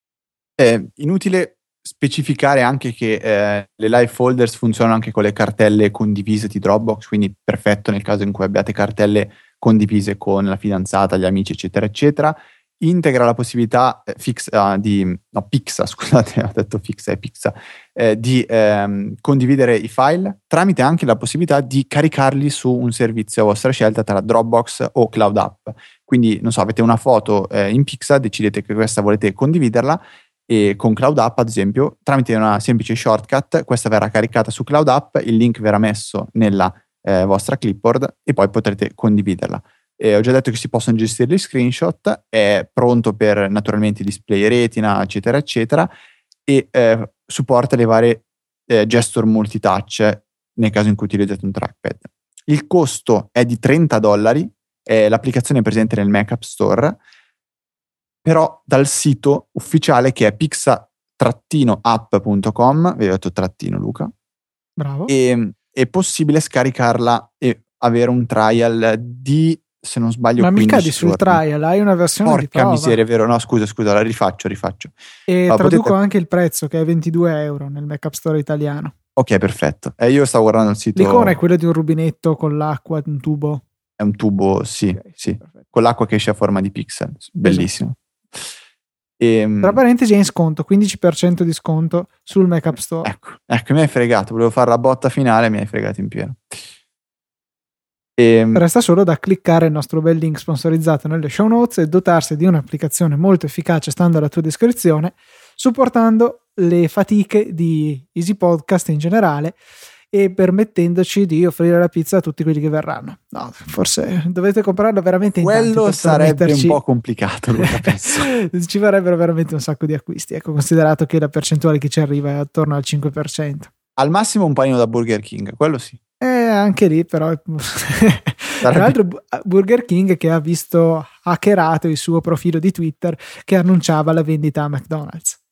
[SPEAKER 2] È inutile specificare anche che eh, le live folders funzionano anche con le cartelle condivise di Dropbox, quindi perfetto nel caso in cui abbiate cartelle condivise con la fidanzata, gli amici eccetera eccetera. Integra la possibilità eh, fixa di no Pixa scusate ho detto Fixa e Pixa eh, di ehm, condividere i file tramite anche la possibilità di caricarli su un servizio a vostra scelta tra Dropbox o Cloud App. Quindi non so, avete una foto eh, in Pixa, decidete che questa volete condividerla, e con Cloud App ad esempio tramite una semplice shortcut questa verrà caricata su Cloud App, il link verrà messo nella eh, vostra clipboard e poi potrete condividerla. Eh, ho già detto che si possono gestire gli screenshot, è pronto per naturalmente display retina eccetera eccetera, e eh, supporta le varie eh, gesture multitouch nel caso in cui utilizzate un trackpad. Il costo è di trenta dollari, eh, l'applicazione è presente nel Mac App Store, però dal sito ufficiale che è pixa app punto com, vi ho detto trattino Luca,
[SPEAKER 1] bravo,
[SPEAKER 2] e, è possibile scaricarla e avere un trial di, se non sbaglio,
[SPEAKER 1] ma mica di
[SPEAKER 2] quindici
[SPEAKER 1] sul
[SPEAKER 2] giorni.
[SPEAKER 1] trial, hai una versione
[SPEAKER 2] Porca
[SPEAKER 1] di prova.
[SPEAKER 2] miseria, è vero, no scusa scusa, la rifaccio, rifaccio.
[SPEAKER 1] E
[SPEAKER 2] allora,
[SPEAKER 1] traduco
[SPEAKER 2] potete...
[SPEAKER 1] anche il prezzo, che è ventidue euro nel Mac App Store italiano.
[SPEAKER 2] Ok, perfetto. E eh, io stavo guardando il sito.
[SPEAKER 1] L'icona è quello di un rubinetto con l'acqua, un tubo.
[SPEAKER 2] È un tubo, sì, okay, sì, perfetto. Con l'acqua che esce a forma di pixel, bellissimo. Esatto. E,
[SPEAKER 1] tra parentesi è in sconto, quindici per cento di sconto sul Mac App Store.
[SPEAKER 2] Ecco, ecco, mi hai fregato, volevo fare la botta finale, mi hai fregato in pieno. E,
[SPEAKER 1] resta solo da cliccare il nostro bel link sponsorizzato nelle show notes e dotarsi di un'applicazione molto efficace stando alla tua descrizione, supportando le fatiche di Easy Podcast in generale e permettendoci di offrire la pizza a tutti quelli che verranno. No, forse dovete comprarlo veramente in tanti.
[SPEAKER 2] Quello sarebbe
[SPEAKER 1] metterci...
[SPEAKER 2] un po' complicato,
[SPEAKER 1] ci vorrebbero veramente un sacco di acquisti, ecco, considerato che la percentuale che ci arriva è attorno al cinque per cento.
[SPEAKER 2] Al massimo un panino da Burger King, quello sì.
[SPEAKER 1] Eh, anche lì però tra l'altro Burger King che ha visto hackerato il suo profilo di Twitter che annunciava la vendita a McDonald's.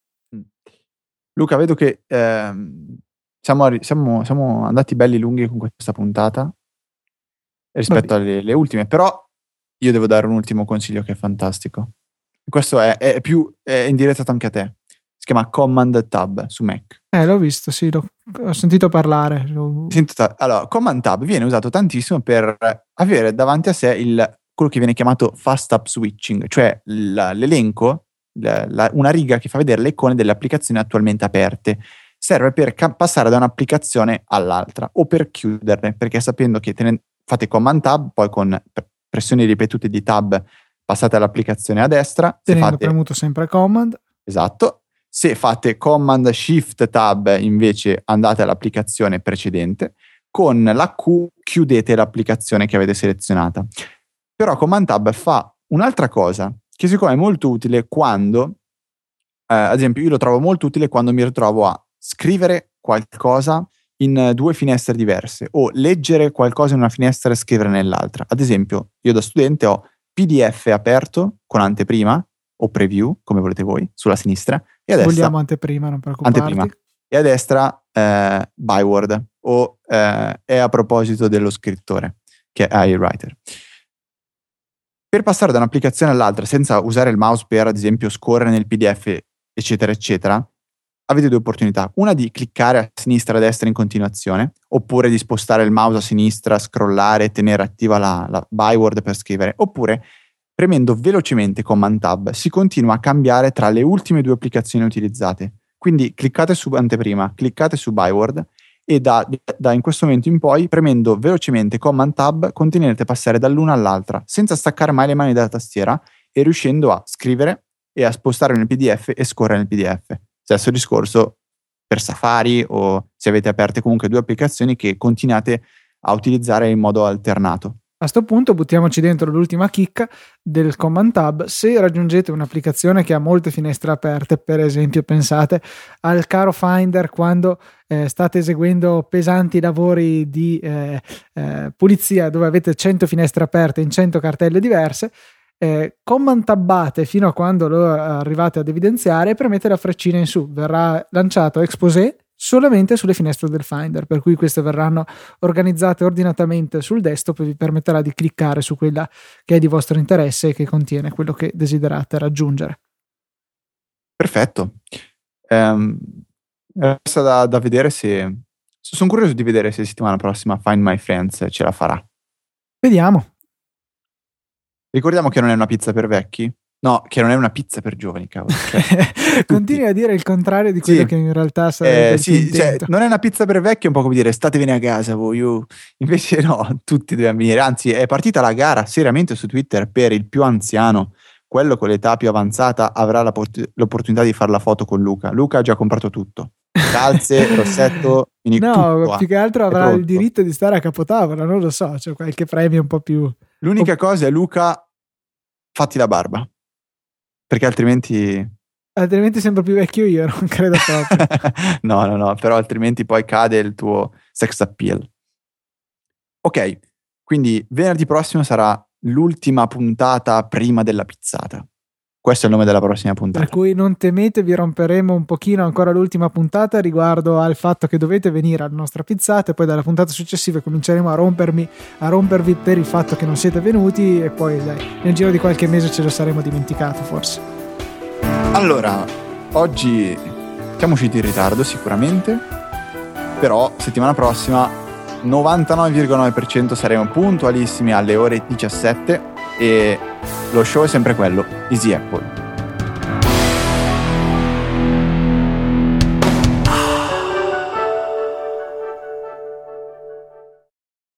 [SPEAKER 2] Luca, vedo che ehm, siamo, siamo, siamo andati belli lunghi con questa puntata rispetto alle, alle ultime, però io devo dare un ultimo consiglio che è fantastico. Questo è, è più è indirizzato anche a te. Si chiama Command Tab su Mac.
[SPEAKER 1] Eh, l'ho visto, sì, l'ho, ho sentito parlare. L'ho...
[SPEAKER 2] Sentito, allora, Command Tab viene usato tantissimo per avere davanti a sé il, quello che viene chiamato Fast App Switching, cioè la, l'elenco, la, la, una riga che fa vedere le icone delle applicazioni attualmente aperte. Serve per ca- passare da un'applicazione all'altra o per chiuderle, perché sapendo che ne, fate Command Tab, poi con pressioni ripetute di Tab passate all'applicazione a destra.
[SPEAKER 1] Tenendo
[SPEAKER 2] fate,
[SPEAKER 1] premuto sempre Command.
[SPEAKER 2] Esatto. Se fate Command Shift Tab invece andate all'applicazione precedente, con la Q chiudete l'applicazione che avete selezionata. Però Command Tab fa un'altra cosa che secondo me è molto utile quando, eh, ad esempio io lo trovo molto utile quando mi ritrovo a scrivere qualcosa in due finestre diverse o leggere qualcosa in una finestra e scrivere nell'altra. Ad esempio io da studente ho P D F aperto con anteprima o preview, come volete voi, sulla sinistra, e a destra
[SPEAKER 1] vogliamo anteprima, non preoccuparti.
[SPEAKER 2] Anteprima. E a destra eh, byword o eh, è a proposito dello scrittore, che è iWriter. Per passare da un'applicazione all'altra senza usare il mouse per, ad esempio, scorrere nel P D F, eccetera, eccetera, avete due opportunità. Una di cliccare a sinistra e a destra in continuazione, oppure di spostare il mouse a sinistra, scrollare e tenere attiva la, la byword per scrivere, oppure premendo velocemente Command Tab si continua a cambiare tra le ultime due applicazioni utilizzate. Quindi cliccate su anteprima, cliccate su byword e da, da in questo momento in poi, premendo velocemente Command Tab, continuerete a passare dall'una all'altra senza staccare mai le mani dalla tastiera e riuscendo a scrivere e a spostare nel P D F e scorrere nel P D F. Stesso discorso per Safari o se avete aperte comunque due applicazioni che continuate a utilizzare in modo alternato.
[SPEAKER 1] A sto punto buttiamoci dentro l'ultima chicca del Command Tab. Se raggiungete un'applicazione che ha molte finestre aperte, per esempio pensate al caro Finder quando eh, state eseguendo pesanti lavori di eh, eh, pulizia dove avete cento finestre aperte in cento cartelle diverse, eh, Command Tabbate fino a quando lo arrivate ad evidenziare e premete la freccina in su, verrà lanciato Exposé solamente sulle finestre del Finder, per cui queste verranno organizzate ordinatamente sul desktop e vi permetterà di cliccare su quella che è di vostro interesse e che contiene quello che desiderate raggiungere.
[SPEAKER 2] Perfetto. Um, resta da, da vedere se sono curioso di vedere se settimana prossima Find My Friends ce la farà.
[SPEAKER 1] Vediamo.
[SPEAKER 2] Ricordiamo che non è una pizza per vecchi. No, che non è una pizza per giovani, cavolo. Cioè,
[SPEAKER 1] continui a dire il contrario di quello sì, che in realtà sarebbe
[SPEAKER 2] eh, sì, cioè, non è una pizza per vecchi, è un po' come dire statevene a casa voi. Uh. Invece no, tutti dobbiamo venire. Anzi, è partita la gara seriamente su Twitter per il più anziano, quello con l'età più avanzata avrà la port- l'opportunità di fare la foto con Luca. Luca ha già comprato tutto. Calze, rossetto, mini,
[SPEAKER 1] no,
[SPEAKER 2] tutto,
[SPEAKER 1] più che altro avrà il diritto di stare a capotavola, non lo so, c'è cioè qualche premio un po' più...
[SPEAKER 2] L'unica cosa è Luca, fatti la barba. Perché altrimenti
[SPEAKER 1] altrimenti sembro più vecchio io, non credo proprio.
[SPEAKER 2] no, no, no, però altrimenti poi cade il tuo sex appeal. Ok, quindi venerdì prossimo sarà l'ultima puntata prima della pizzata. Questo è il nome della prossima puntata.
[SPEAKER 1] Per cui non temete, vi romperemo un pochino ancora l'ultima puntata riguardo al fatto che dovete venire alla nostra pizzata, e poi dalla puntata successiva cominceremo a rompermi, a rompervi per il fatto che non siete venuti, e poi dai, nel giro di qualche mese ce lo saremo dimenticato forse.
[SPEAKER 2] Allora, oggi siamo usciti in ritardo sicuramente, però settimana prossima novantanove virgola nove per cento saremo puntualissimi alle ore diciassette e lo show è sempre quello, Easy Apple.